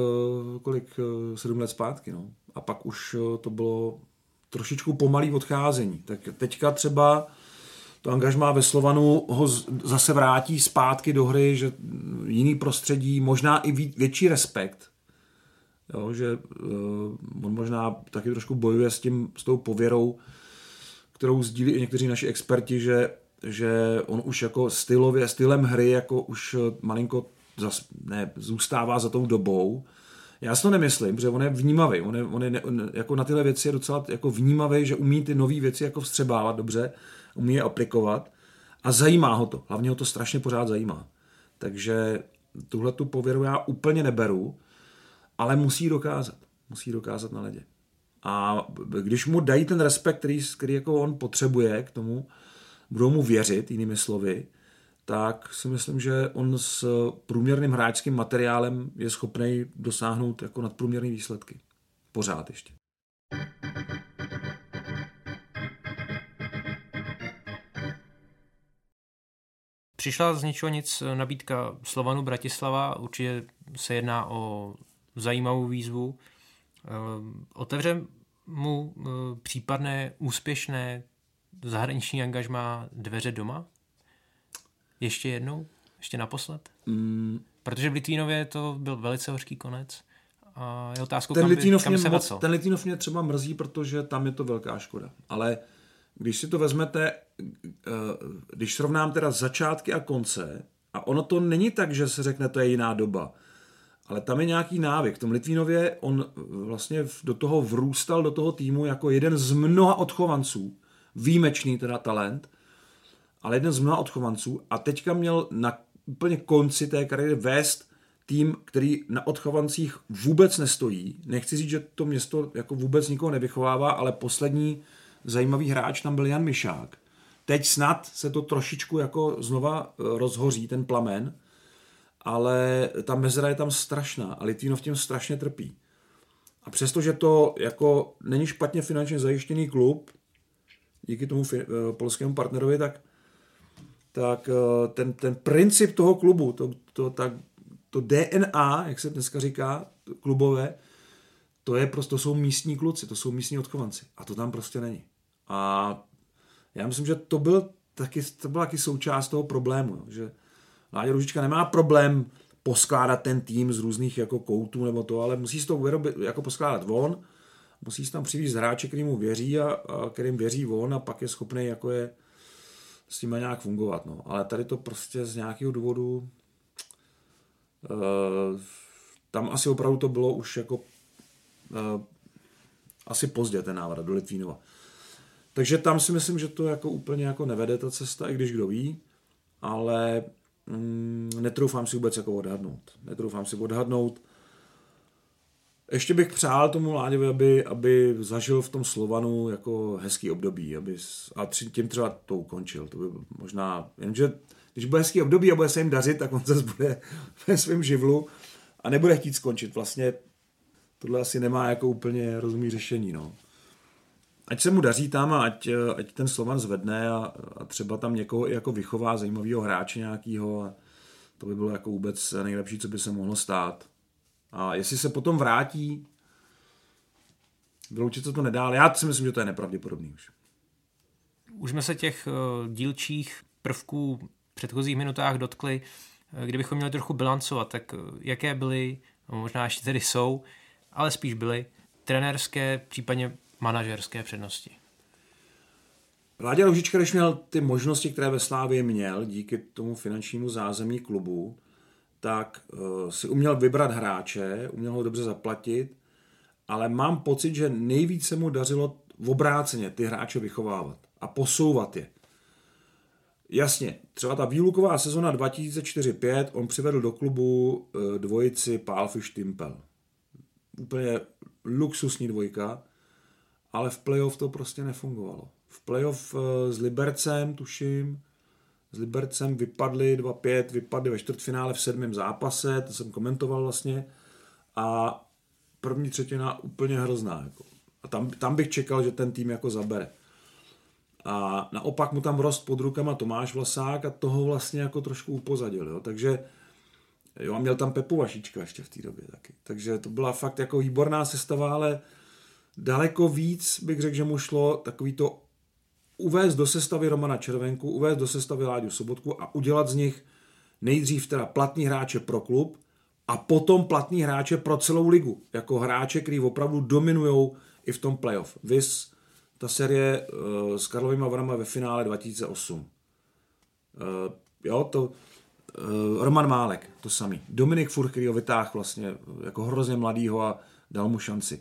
7 let zpátky. No. A pak už to bylo trošičku pomalý odcházení. Tak teďka třeba to angažmá ve Slovanu ho zase vrátí zpátky do hry, že jiný prostředí, možná i větší respekt. Jo, že on možná taky trošku bojuje s tou pověrou, kterou sdílí i někteří naši experti, že on už jako stylem hry jako už malinko zůstává za tou dobou. Já si to nemyslím, protože on je vnímavý. On je jako na tyhle věci je docela jako vnímavý, že umí ty nové věci jako vstřebávat dobře, umí je aplikovat a zajímá ho to. Hlavně ho to strašně pořád zajímá. Takže tuhletu pověru já úplně neberu, ale musí dokázat na ledě. A když mu dají ten respekt, který jako on potřebuje k tomu, budou mu věřit, jinými slovy, tak si myslím, že on s průměrným hráčským materiálem je schopný dosáhnout jako nadprůměrné výsledky. Pořád ještě. Přišla z ničeho nic nabídka Slovanu Bratislava, určitě se jedná o zajímavou výzvu. Otevře mu případné úspěšné zahraniční angažmá dveře doma? Ještě jednou? Ještě naposled? Protože v Litvínově to byl velice hořký konec. A je otázkou, kam se vracel. Ten Litvínov mě třeba mrzí, protože tam je to velká škoda. Ale když si to vezmete, když srovnám teda začátky a konce, a ono to není tak, že se řekne, to je jiná doba, ale tam je nějaký návyk. V tom Litvínově on vlastně do toho vrůstal, do toho týmu jako jeden z mnoha odchovanců, výjimečný teda talent, ale jeden z mnoha odchovanců a teďka měl na úplně konci té kariéry vést tým, který na odchovancích vůbec nestojí. Nechci říct, že to město jako vůbec nikoho nevychovává, ale poslední zajímavý hráč tam byl Jan Mišák. Teď snad se to trošičku jako znova rozhoří, ten plamen, ale ta mezera je tam strašná a Litvínov tím strašně trpí. A přestože to jako není špatně finančně zajištěný klub, díky tomu polskému partnerovi, tak ten princip toho klubu, to DNA, jak se dneska říká, klubové, to jsou místní kluci, to jsou místní odchovanci. A to tam prostě není. A já myslím, že to byla taky součást toho problému, jo, že Láďa Růžička nemá problém poskládat ten tým z různých jako koutů nebo to, ale musí si to jako poskládat on, musí si tam přivést hráče, kterým mu věří a kterým věří on a pak je schopný jako je s tím nějak fungovat. No. Ale tady to prostě z nějakého důvodu tam asi opravdu to bylo už jako asi pozdě ten návrat do Litvínova. Takže tam si myslím, že to jako úplně jako nevede ta cesta, i když kdo ví, ale netroufám si vůbec jako odhadnout. Ještě bych přál tomu Láďovi, aby zažil v tom Slovanu jako hezký období, a tím třeba to ukončil. To by možná, jenže když bude hezký období a bude se jim dařit, tak on zase bude ve svém živlu a nebude chtít skončit. Vlastně tohle asi nemá jako úplně rozumný řešení. No. Ať se mu daří tam a ať ten Slovan zvedne a třeba tam někoho jako vychová zajímavého hráče nějakýho a to by bylo jako vůbec nejlepší, co by se mohlo stát. A jestli se potom vrátí, vyloučit se to nedá, ale já si myslím, že to je nepravděpodobný už. Už jsme se těch dílčích prvků v předchozích minutách dotkli. Kdybychom měli trochu bilancovat, tak jaké byly, možná ještě tedy jsou, ale spíš byly trenérské, případně manažerské přednosti? Láďa Růžička, když měl ty možnosti, které ve Slávii měl, díky tomu finančnímu zázemí klubu, tak si uměl vybrat hráče, uměl ho dobře zaplatit, ale mám pocit, že nejvíc se mu dařilo v obráceně ty hráče vychovávat a posouvat je. Jasně, třeba ta výluková sezona 2004-5, on přivedl do klubu dvojici Pálfiš-Timpel. Úplně luxusní dvojka, ale v playoff to prostě nefungovalo. V playoff s Libercem, tuším, vypadli 2-5, vypadli ve čtvrtfinále v 7. zápase, to jsem komentoval vlastně, a první třetina úplně hrozná. Jako. A tam bych čekal, že ten tým jako zabere. A naopak mu tam rost pod rukama Tomáš Vlasák a toho vlastně jako trošku upozadil. Jo. Takže jo, a měl tam Pepu Vašíčka ještě v té době taky. Takže to byla fakt jako výborná sestava, ale daleko víc bych řekl, že mu šlo takový to uvést do sestavy Romana Červenku, uvést do sestavy Láďu Sobotku a udělat z nich nejdřív teda platný hráče pro klub a potom platný hráče pro celou ligu. Jako hráče, který opravdu dominujou i v tom playoff. Viz ta série s Karlovými Varama ve finále 2008. Roman Málek, to samý. Dominik Furch, který ho vytáhl vlastně jako hrozně mladýho a dal mu šanci.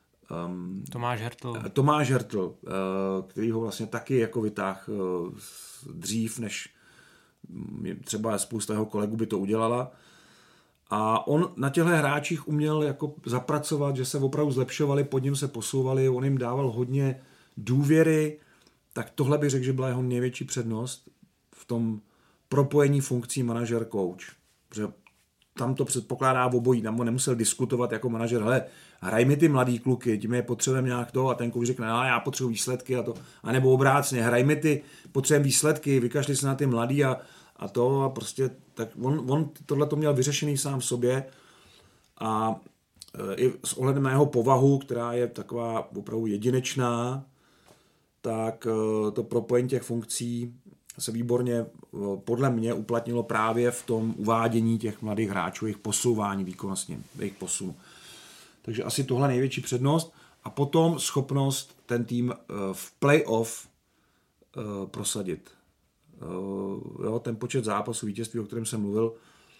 Tomáš Hertl, který ho vlastně taky jako vytáhl dřív, než třeba spousta jeho kolegů by to udělala. A on na těchto hráčích uměl jako zapracovat, že se opravdu zlepšovali, pod ním se posouvali, on jim dával hodně důvěry, tak tohle bych řekl, že byla jeho největší přednost v tom propojení funkcí manažer-coach. Protože tam to předpokládá obojí, tam on nemusel diskutovat jako manažer, hele, hraj mi ty mladý kluky, tím je potřebujeme nějak to, a ten coach řekne, já potřebuji výsledky a to, anebo obrácně, hraj mi ty, potřebujeme výsledky, vykašli se na ty mladý a to a prostě, tak on tohle to měl vyřešený sám v sobě a i s ohledem na jeho povahu, která je taková opravdu jedinečná, tak to propojení těch funkcí se výborně podle mě uplatnilo právě v tom uvádění těch mladých hráčů, jejich posouvání výkonnostně, jejich posunu. Takže asi tohle největší přednost a potom schopnost ten tým v playoff prosadit. Jo, ten počet zápasů, vítězství, o kterém jsem mluvil.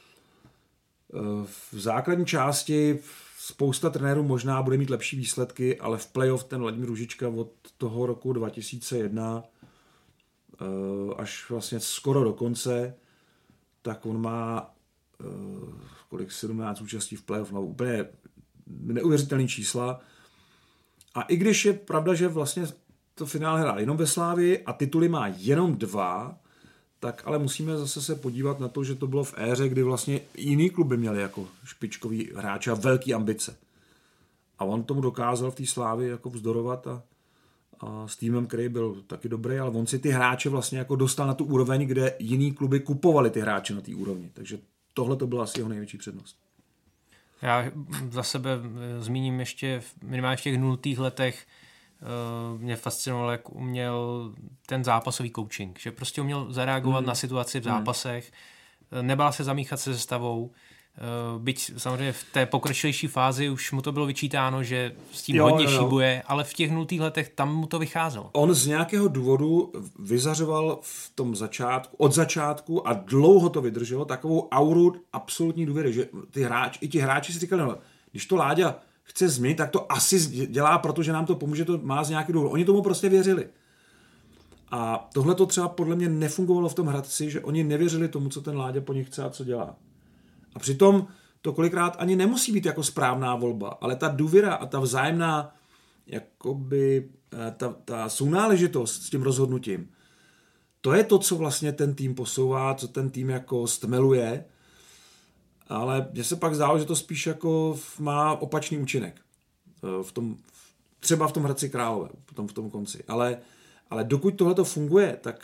V základní části spousta trenérů možná bude mít lepší výsledky, ale v playoff ten Vladimír Růžička od toho roku 2001 až vlastně skoro do konce, tak on má 17 účastí v playoff, no úplně neuvěřitelný čísla. A i když je pravda, že vlastně to finále hrál jenom ve Slávii a tituly má jenom 2, tak ale musíme zase se podívat na to, že to bylo v éře, kdy vlastně jiný kluby měli jako špičkový hráče a velký ambice. A on tomu dokázal v té Slávii jako vzdorovat a s týmem, který byl taky dobrý, ale on si ty hráče vlastně jako dostal na tu úroveň, kde jiný kluby kupovali ty hráče na té úrovni. Takže tohle to byla asi jeho největší přednost. Já za sebe zmíním ještě minimálně v těch 0. letech mě fascinovalo, jak uměl ten zápasový coaching, že prostě uměl zareagovat na situaci v zápasech, nebál se zamíchat se sestavou, byť samozřejmě v té pokročilejší fázi už mu to bylo vyčítáno, že s tím hodně šibuje, ale v těch 0. letech tam mu to vycházelo. On z nějakého důvodu vyzařoval v tom od začátku a dlouho to vydrželo takovou auru absolutní důvěry, že ti hráči si říkali, no, když to Láďa chce změnit, tak to asi dělá, protože nám to pomůže, to má z nějaký důvod. Oni tomu prostě věřili. A tohle to třeba podle mě nefungovalo v tom Hradci, že oni nevěřili tomu, co ten Láďa po nich chce a co dělá. A přitom to kolikrát ani nemusí být jako správná volba, ale ta důvěra a ta vzájemná jakoby ta sounáležitost s tím rozhodnutím, to je to, co vlastně ten tým posouvá, co ten tým jako stmeluje, ale mně se pak zdálo, že to spíš jako má opačný účinek. Třeba v tom Hradci Králové, v tom konci. Ale dokud tohleto funguje, tak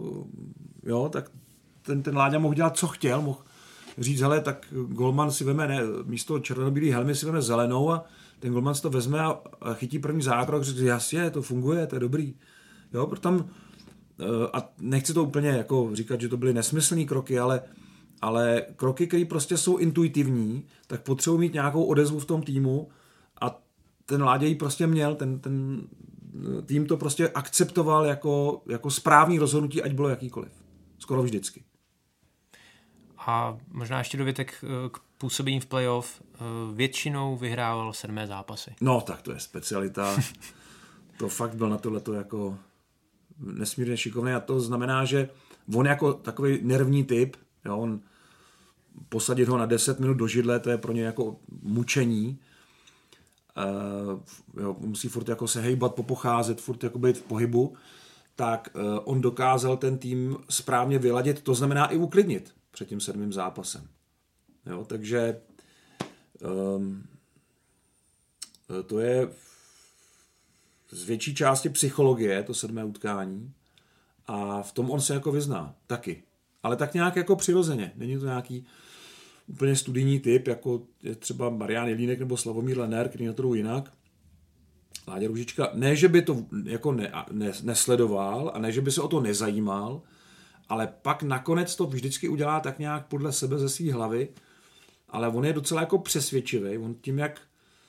ten Láďa mohl dělat, co chtěl, mohl říct, hele, tak golman si veme, místo černobílý helmy si veme zelenou a ten golman si to vezme a chytí první zákrok, říct, jasně, to funguje, to je dobrý. Jo, protože a nechci to úplně jako říkat, že to byly nesmyslné kroky, ale kroky, které prostě jsou intuitivní, tak potřebují mít nějakou odezvu v tom týmu a ten Láďa ji prostě měl, ten tým to prostě akceptoval jako správný rozhodnutí, ať bylo jakýkoliv. Skoro vždycky. A možná ještě dovětek k působení v playoff. Většinou vyhrával 7. zápasy. No, tak to je specialita. To fakt byl na tohleto jako nesmírně šikovný a to znamená, že on jako takový nervní typ, jo, on posadit ho na 10 minut do židle, to je pro ně jako mučení. Musí furt jako se hejbat, popocházet, furt jako být v pohybu, tak on dokázal ten tým správně vyladit, to znamená i uklidnit před tím 7. zápasem. Jo, takže to je z větší části psychologie, to 7. utkání, a v tom on se jako vyzná taky. Ale tak nějak jako přirozeně. Není to nějaký úplně studijní typ, jako je třeba Marián Jelínek nebo Slavomír Lenner, který na to jdou jinak. Láďa Růžička, ne, že by to jako nesledoval a ne, že by se o to nezajímal, ale pak nakonec to vždycky udělá tak nějak podle sebe ze své hlavy, ale on je docela jako přesvědčivý. On tím, jak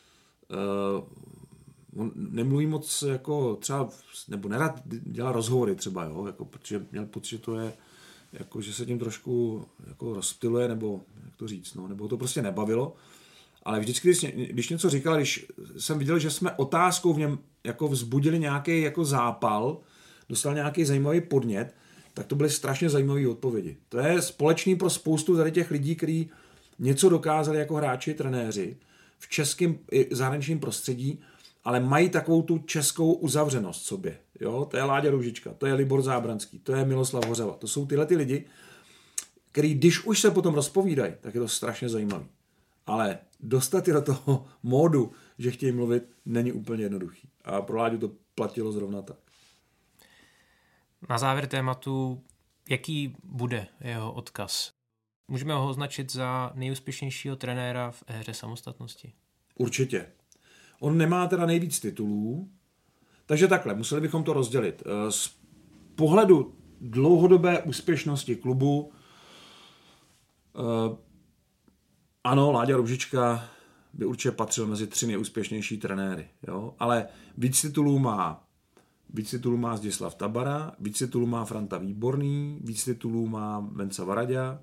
on nemluví moc jako třeba, nebo nerad dělá rozhovory třeba, jo, jako, protože měl pocit, že to je jako, že se tím trošku jako rozptyluje, nebo jak to říct, no, nebo to prostě nebavilo. Ale vždycky, když něco říkal, když jsem viděl, že jsme otázkou v něm jako vzbudili nějaký jako zápal, dostal nějaký zajímavý podnět, tak to byly strašně zajímavé odpovědi. To je společný pro spoustu tady těch lidí, kteří něco dokázali jako hráči, trenéři v českém i zahraničním prostředí, ale mají takovou tu českou uzavřenost sobě. Jo? To je Láďa Růžička, to je Libor Zábranský, to je Miloslav Hořava. To jsou tyhle ty lidi, kteří, když už se potom rozpovídají, tak je to strašně zajímavý. Ale dostat je do toho módu, že chtějí mluvit, není úplně jednoduchý. A pro Láďu to platilo zrovna tak. Na závěr tématu, jaký bude jeho odkaz? Můžeme ho označit za nejúspěšnějšího trenéra v éře samostatnosti? Určitě. On nemá teda nejvíc titulů, takže takhle, museli bychom to rozdělit. Z pohledu dlouhodobé úspěšnosti klubu ano, Láďa Růžička by určitě patřil mezi 3 nejúspěšnější trenéry, jo? Ale víc titulů má Zdislav Tabara, víc titulů má Franta Výborný, víc titulů má Venca Varaďa,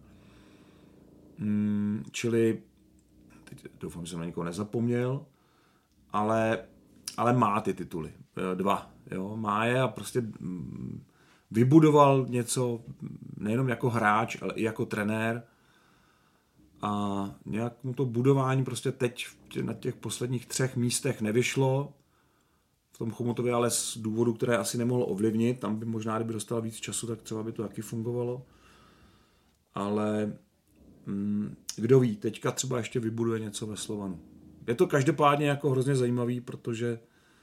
čili, teď doufám, že jsem na nikoho nezapomněl, ale má ty tituly, 2, jo? Má je a prostě vybudoval něco nejenom jako hráč, ale i jako trenér. A nějak mu to budování prostě teď na těch posledních 3 místech nevyšlo. V tom Chomutově ale z důvodu, které asi nemohl ovlivnit. Tam by možná, kdyby dostal víc času, tak třeba by to taky fungovalo. Ale kdo ví, teďka třeba ještě vybuduje něco ve Slovanu. Je to každopádně jako hrozně zajímavý, protože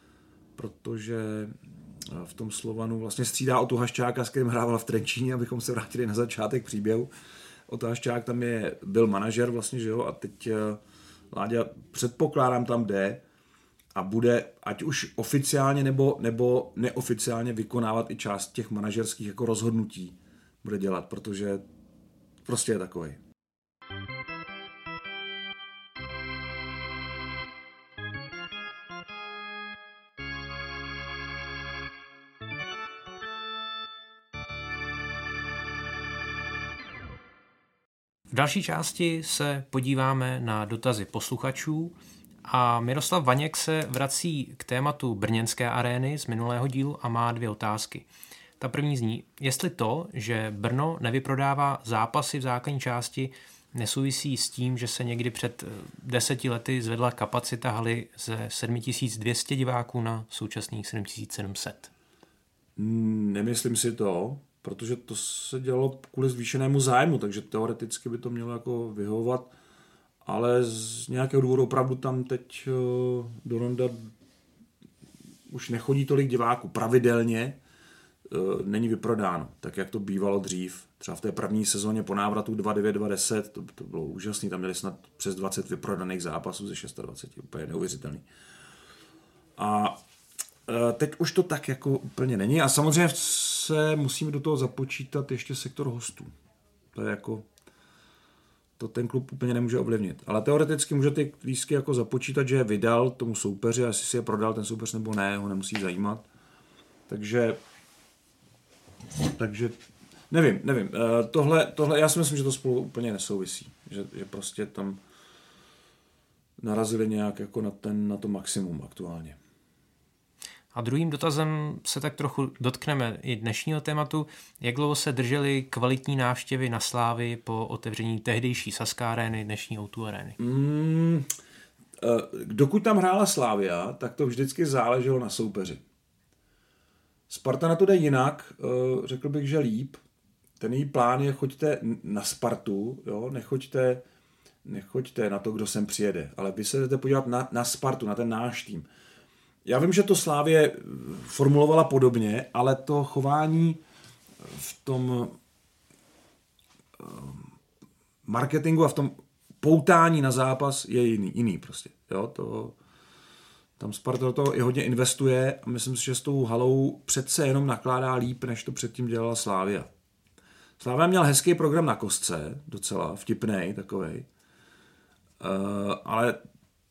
v tom Slovanu vlastně střídá Otu Haščáka, s kterým hrával v Trenčíně, abychom se vrátili na začátek příběhu. Otášťák tam byl manažer vlastně, že jo, a teď Láďa předpokládám tam jde a bude ať už oficiálně nebo neoficiálně vykonávat i část těch manažerských jako rozhodnutí bude dělat, protože prostě je takový. V další části se podíváme na dotazy posluchačů a Miroslav Vaněk se vrací k tématu brněnské arény z minulého dílu a má 2 otázky. Ta první zní, jestli to, že Brno nevyprodává zápasy v základní části, nesouvisí s tím, že se někdy před 10 lety zvedla kapacita haly ze 7200 diváků na současných 7700. Nemyslím si to, protože to se dělalo kvůli zvýšenému zájmu, takže teoreticky by to mělo jako vyhovovat, ale z nějakého důvodu opravdu tam teď do Ronda už nechodí tolik diváků. Pravidelně není vyprodáno, tak jak to bývalo dřív. Třeba v té první sezóně po návratu 2-9-2-10, to bylo úžasný, tam měli snad přes 20 vyprodaných zápasů ze 26, úplně neuvěřitelný. A teď už to tak jako úplně není a samozřejmě se musíme do toho započítat ještě sektor hostů. To je jako, to ten klub úplně nemůže ovlivnit. Ale teoreticky může ty lístky jako započítat, že je vydal tomu soupeři a jestli si je prodal ten soupeř nebo ne, ho nemusí zajímat. Takže nevím. Tohle já si myslím, že to spolu úplně nesouvisí. Že prostě tam narazili nějak jako na to maximum aktuálně. A druhým dotazem se tak trochu dotkneme i dnešního tématu. Jak dlouho se držely kvalitní návštěvy na Slávii po otevření tehdejší Sazka arény, dnešní O2 arény? Dokud tam hrála Slavia, tak to vždycky záleželo na soupeři. Sparta na to jde jinak, řekl bych, že líp. Ten její plán je, choďte na Spartu, jo? Nechoďte na to, kdo sem přijede, ale vy se jdete podívat na Spartu, na ten náš tým. Já vím, že to Slavie formulovala podobně, ale to chování v tom marketingu a v tom poutání na zápas je jiný prostě. Jo? Tam Sparta do toho i hodně investuje a myslím si, že s tou halou přece jenom nakládá líp, než to předtím dělala Slavia. Slavia měl hezký program na kostce, docela vtipnej takovej, ale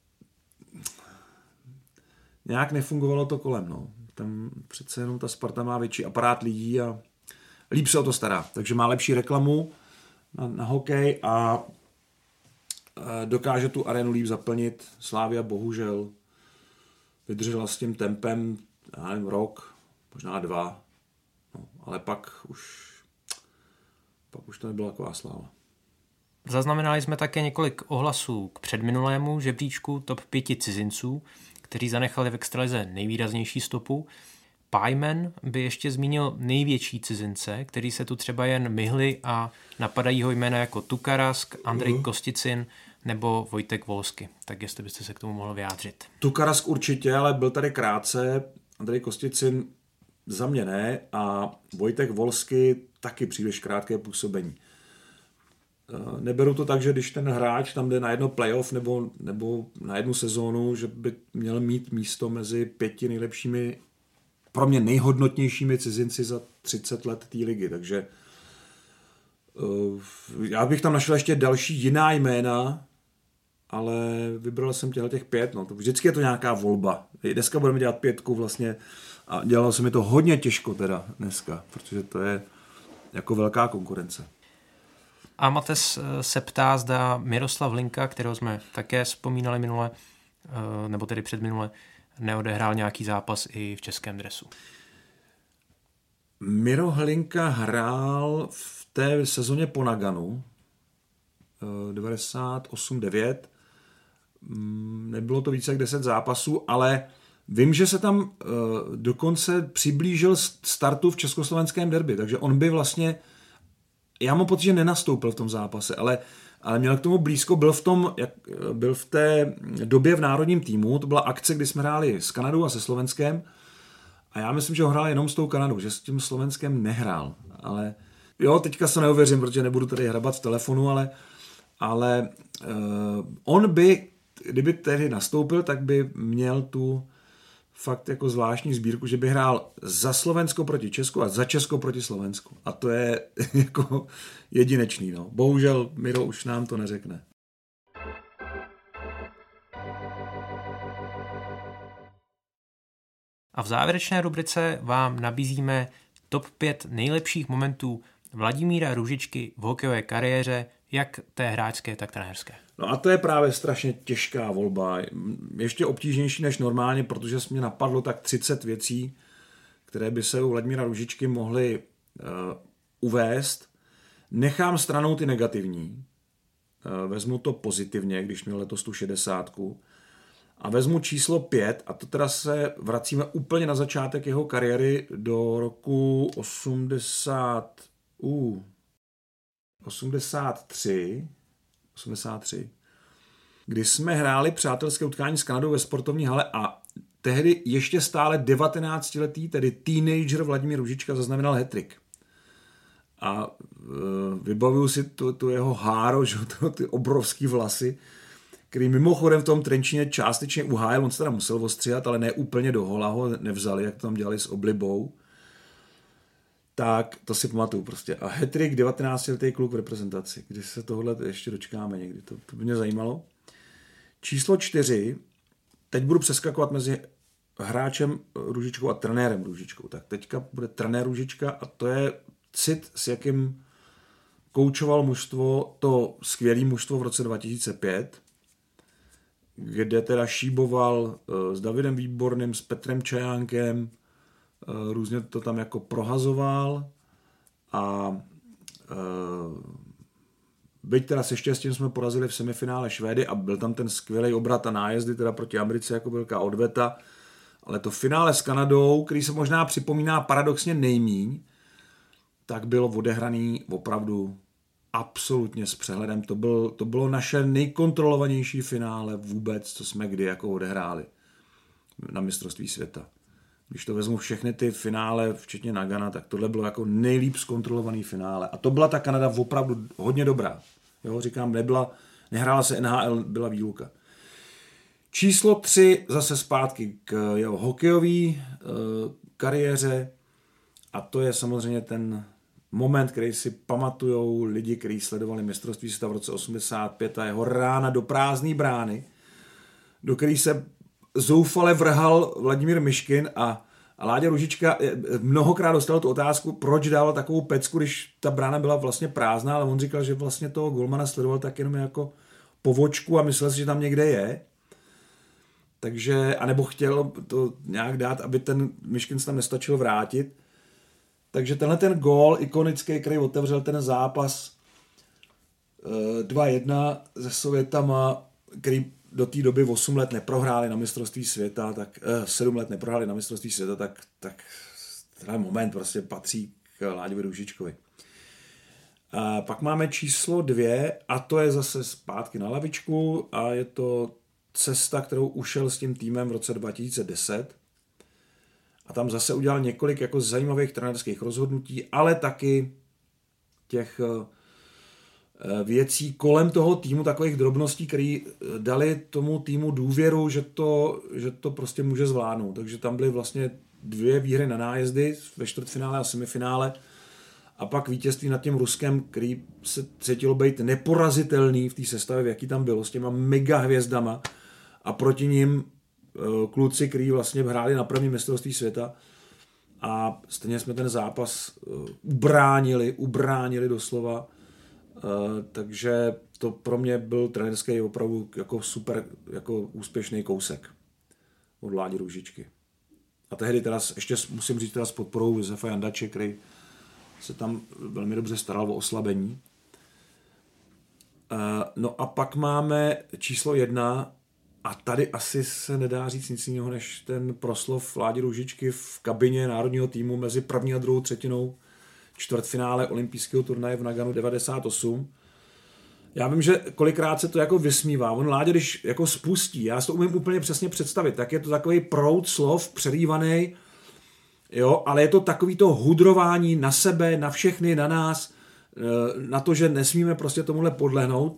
nějak nefungovalo to kolem. No. Tam přece jenom ta Sparta má větší aparát lidí a líp se o to stará. Takže má lepší reklamu na hokej a dokáže tu arénu líp zaplnit. Slavia bohužel vydržela s tím tempem, já nevím, rok, možná 2, no, ale pak už to nebyla taková sláva. Zaznamenali jsme také několik ohlasů k předminulému žebříčku top 5 cizinců, kteří zanechali v extralize nejvýraznější stopu. Pajmen by ještě zmínil největší cizince, kteří se tu třeba jen myhli a napadají ho jména jako Tukarask, Andrej Kosticin nebo Vojtek Volsky. Tak jestli byste se k tomu mohl vyjádřit. Tukarask určitě, ale byl tady krátce. Andrej Kosticin za mě ne a Vojtek Volsky taky příliš krátké působení. Neberu to tak, že když ten hráč tam jde na jedno playoff nebo na jednu sezónu, že by měl mít místo mezi 5 nejlepšími, pro mě nejhodnotnějšími cizinci za 30 let té ligy. Takže já bych tam našel ještě další jiná jména, ale vybral jsem těch 5. No. Vždycky je to nějaká volba. Dneska budeme dělat 5 vlastně a dělalo se mi to hodně těžko teda dneska, protože to je jako velká konkurence. A Mates se ptá, zda Miroslav Hlinka, kterého jsme také vzpomínali minule, nebo tedy předminule, neodehrál nějaký zápas i v českém dresu. Miro Hlinka hrál v té sezóně po Naganu 98-9. Nebylo to více jak 10 zápasů, ale vím, že se tam dokonce přiblížil startu v československém derby, takže on by vlastně, já mám pocit, že nenastoupil v tom zápase, ale měl k tomu blízko, byl v té době v národním týmu, to byla akce, kdy jsme hráli s Kanadou a se Slovenskem a já myslím, že ho hrál jenom s tou Kanadou, že s tím Slovenskem nehrál, ale jo, teďka se neuvěřím, protože nebudu tady hrabat v telefonu, ale on by kdyby tehdy nastoupil, tak by měl tu fakt jako zvláštní sbírku, že by hrál za Slovensko proti Česku a za Česko proti Slovensku. A to je jako jedinečný. No. Bohužel Miro už nám to neřekne. A v závěrečné rubrice vám nabízíme top 5 nejlepších momentů Vladimíra Růžičky v hokejové kariéře, jak té hráčské, tak trenérské. No a to je právě strašně těžká volba. Ještě obtížnější než normálně, protože mě napadlo tak 30 věcí, které by se u Vladimíra Růžičky mohly uvést. Nechám stranou ty negativní. Vezmu to pozitivně, když měl letos tu 60. A vezmu číslo 5, a to teda se vracíme úplně na začátek jeho kariéry do roku 83, kdy jsme hráli přátelské utkání s Kanadou ve sportovní hale a tehdy ještě stále 19letý, tedy teenager Vladimír Růžička zaznamenal hat-trick. A vybavuju si tu jeho háro, že, ty obrovský vlasy, který mimochodem v tom Trenčíně částečně uhájil, on se teda musel ostříhat, ale ne úplně do hola ho nevzali, jak to tam dělali s oblibou. Tak to si pamatuju prostě. A hat-trick 19letý kluk v reprezentaci, kdy se tohle ještě dočkáme někdy, to by mě zajímalo. Číslo 4, teď budu přeskakovat mezi hráčem Růžičkou a trenérem Růžičkou. Tak teďka bude trenér Růžička a to je cit, s jakým koučoval mužstvo, to skvělé mužstvo v roce 2005, kde teda šíboval s Davidem Výborným, s Petrem Čajánkem, různě to tam jako prohazoval a byť teda se štěstím jsme porazili v semifinále Švédy a byl tam ten skvělý obrat a nájezdy teda proti Americe jako velká odveta, ale to finále s Kanadou, který se možná připomíná paradoxně nejmíň, tak bylo odehraný opravdu absolutně s přehledem. To bylo naše nejkontrolovanější finále vůbec, co jsme kdy jako odehráli na mistrovství světa. Když to vezmu všechny ty finále, včetně Nagana, tak tohle bylo jako nejlíp zkontrolovaný finále. A to byla ta Kanada opravdu hodně dobrá. Jo, říkám, nehrála se NHL, byla výluka. Číslo 3 zase zpátky k jeho hokejové kariéře a to je samozřejmě ten moment, který si pamatujou lidi, kteří sledovali mistrovství světa v roce 85 a jeho rána do prázdné brány, do který se zoufale vrhal Vladimír Myškin a Láďa Růžička mnohokrát dostal tu otázku, proč dával takovou pecku, když ta brána byla vlastně prázdná, ale on říkal, že vlastně toho golmana sledoval tak jenom jako povočku a myslel si, že tam někde je. Takže, anebo chtěl to nějak dát, aby ten Myškin se tam nestačil vrátit. Takže tenhle ten gól ikonický, který otevřel ten zápas 2-1 se Sovětama, který do té doby 8 let neprohráli na mistrovství světa, tak 7 let neprohráli na mistrovství světa, tak tenhle moment prostě patří k Láďovi Růžičkovi. A pak máme číslo 2 a to je zase zpátky na lavičku a je to cesta, kterou ušel s tím týmem v roce 2010. A tam zase udělal několik jako zajímavých trenérských rozhodnutí, ale taky těch věcí kolem toho týmu, takových drobností, které dali tomu týmu důvěru, že to prostě může zvládnout. Takže tam byly vlastně 2 výhry na nájezdy ve čtvrtfinále a semifinále a pak vítězství nad tím Ruskem, který se cítilo být neporazitelný v té sestavě, v jaký tam bylo, s těma mega hvězdama a proti nim kluci, kteří vlastně hráli na první mistrovství světa a stejně jsme ten zápas ubránili doslova, takže to pro mě byl trenérský opravdu jako super, jako úspěšný kousek od Ládi Růžičky. A tehdy teda ještě musím říct teda s podporou Josefa Jandače, který se tam velmi dobře staral o oslabení. No a pak máme číslo 1 a tady asi se nedá říct nic jiného, než ten proslov Ládi Růžičky v kabině národního týmu mezi první a druhou třetinou čtvrtfinále olympijského turnaje v Naganu 98. Já vím, že kolikrát se to jako vysmívá. On Láďa, když jako spustí, já si to umím úplně přesně představit, tak je to takový proud slov, přerývaný, jo, ale je to takový to hudrování na sebe, na všechny, na nás, na to, že nesmíme prostě tomuhle podlehnout.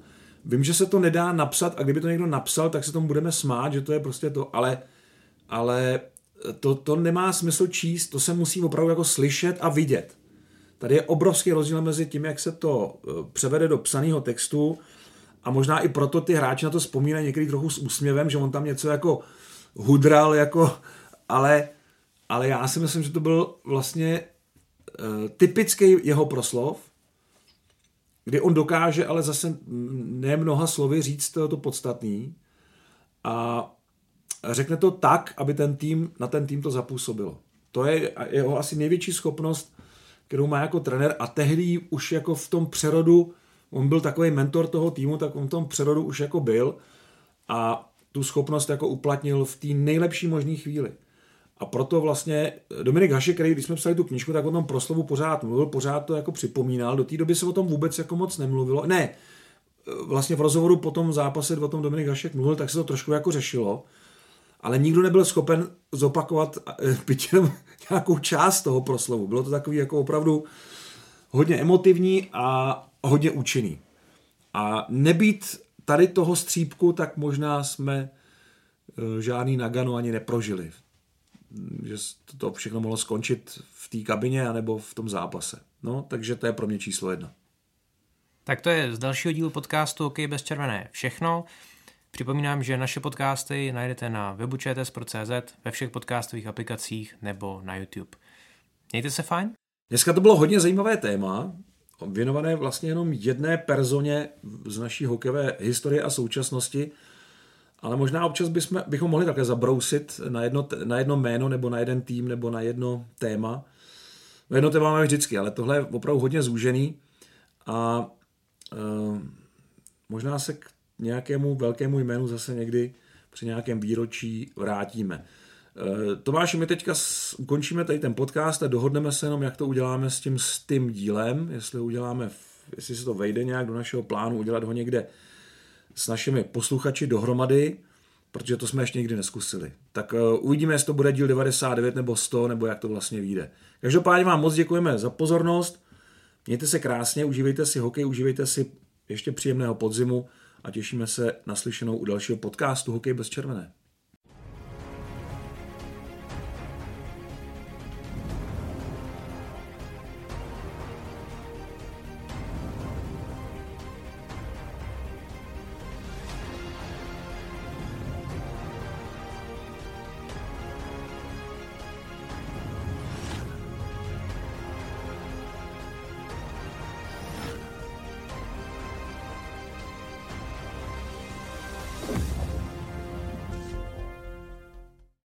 Vím, že se to nedá napsat a kdyby to někdo napsal, tak se tomu budeme smát, že to je prostě to, ale to nemá smysl číst, to se musí opravdu jako slyšet a vidět. Tady je obrovský rozdíl mezi tím, jak se to převede do psaného textu a možná i proto ty hráči na to vzpomínají někdy trochu s úsměvem, že on tam něco jako hudral, jako, ale já si myslím, že to byl vlastně typický jeho proslov, kdy on dokáže ale zase ne mnoha slovy říct to podstatný a řekne to tak, aby na ten tým to zapůsobilo. To je jeho asi největší schopnost, kterou má jako trenér a tehdy už jako v tom přerodu, on byl takový mentor toho týmu, tak on v tom přerodu už jako byl a tu schopnost jako uplatnil v té nejlepší možné chvíli. A proto vlastně Dominik Hašek, který když jsme psali tu knížku, tak o tom proslovu pořád mluvil, pořád to jako připomínal. Do té doby se o tom vůbec jako moc nemluvilo. Ne, vlastně v rozhovoru po tom zápase o tom Dominik Hašek mluvil, tak se to trošku jako řešilo, ale nikdo nebyl schopen zopakovat byť jenom nějakou část toho proslovu. Bylo to takový jako opravdu hodně emotivní a hodně účinný. A nebýt tady toho střípku, tak možná jsme žádný Nagano ani neprožili. Že to všechno mohlo skončit v té kabině anebo v tom zápase. No, takže to je pro mě číslo 1. Tak to je z dalšího dílu podcastu Hokej bez červené všechno. Připomínám, že naše podcasty najdete na webu čtsport.cz, ve všech podcastových aplikacích nebo na YouTube. Mějte se fajn. Dneska to bylo hodně zajímavé téma, věnované vlastně jenom jedné personě z naší hokejové historie a současnosti, ale možná občas bychom mohli také zabrousit na jedno jméno nebo na jeden tým nebo na jedno téma. Jedno téma máme vždycky, ale tohle je opravdu hodně zúžený a možná se k nějakému velkému jménu zase někdy při nějakém výročí vrátíme. Tomáši, my teďka ukončíme tady ten podcast a dohodneme se jenom, jak to uděláme s tím dílem, jestli se to vejde nějak do našeho plánu, udělat ho někde s našimi posluchači dohromady, protože to jsme ještě nikdy neskusili. Tak uvidíme, jestli to bude díl 99 nebo 100, nebo jak to vlastně vyjde. Každopádně vám moc děkujeme za pozornost, mějte se krásně, užívejte si hokej, užívejte si ještě příjemného podzimu a těšíme se na slyšenou u dalšího podcastu Hokej bez červené.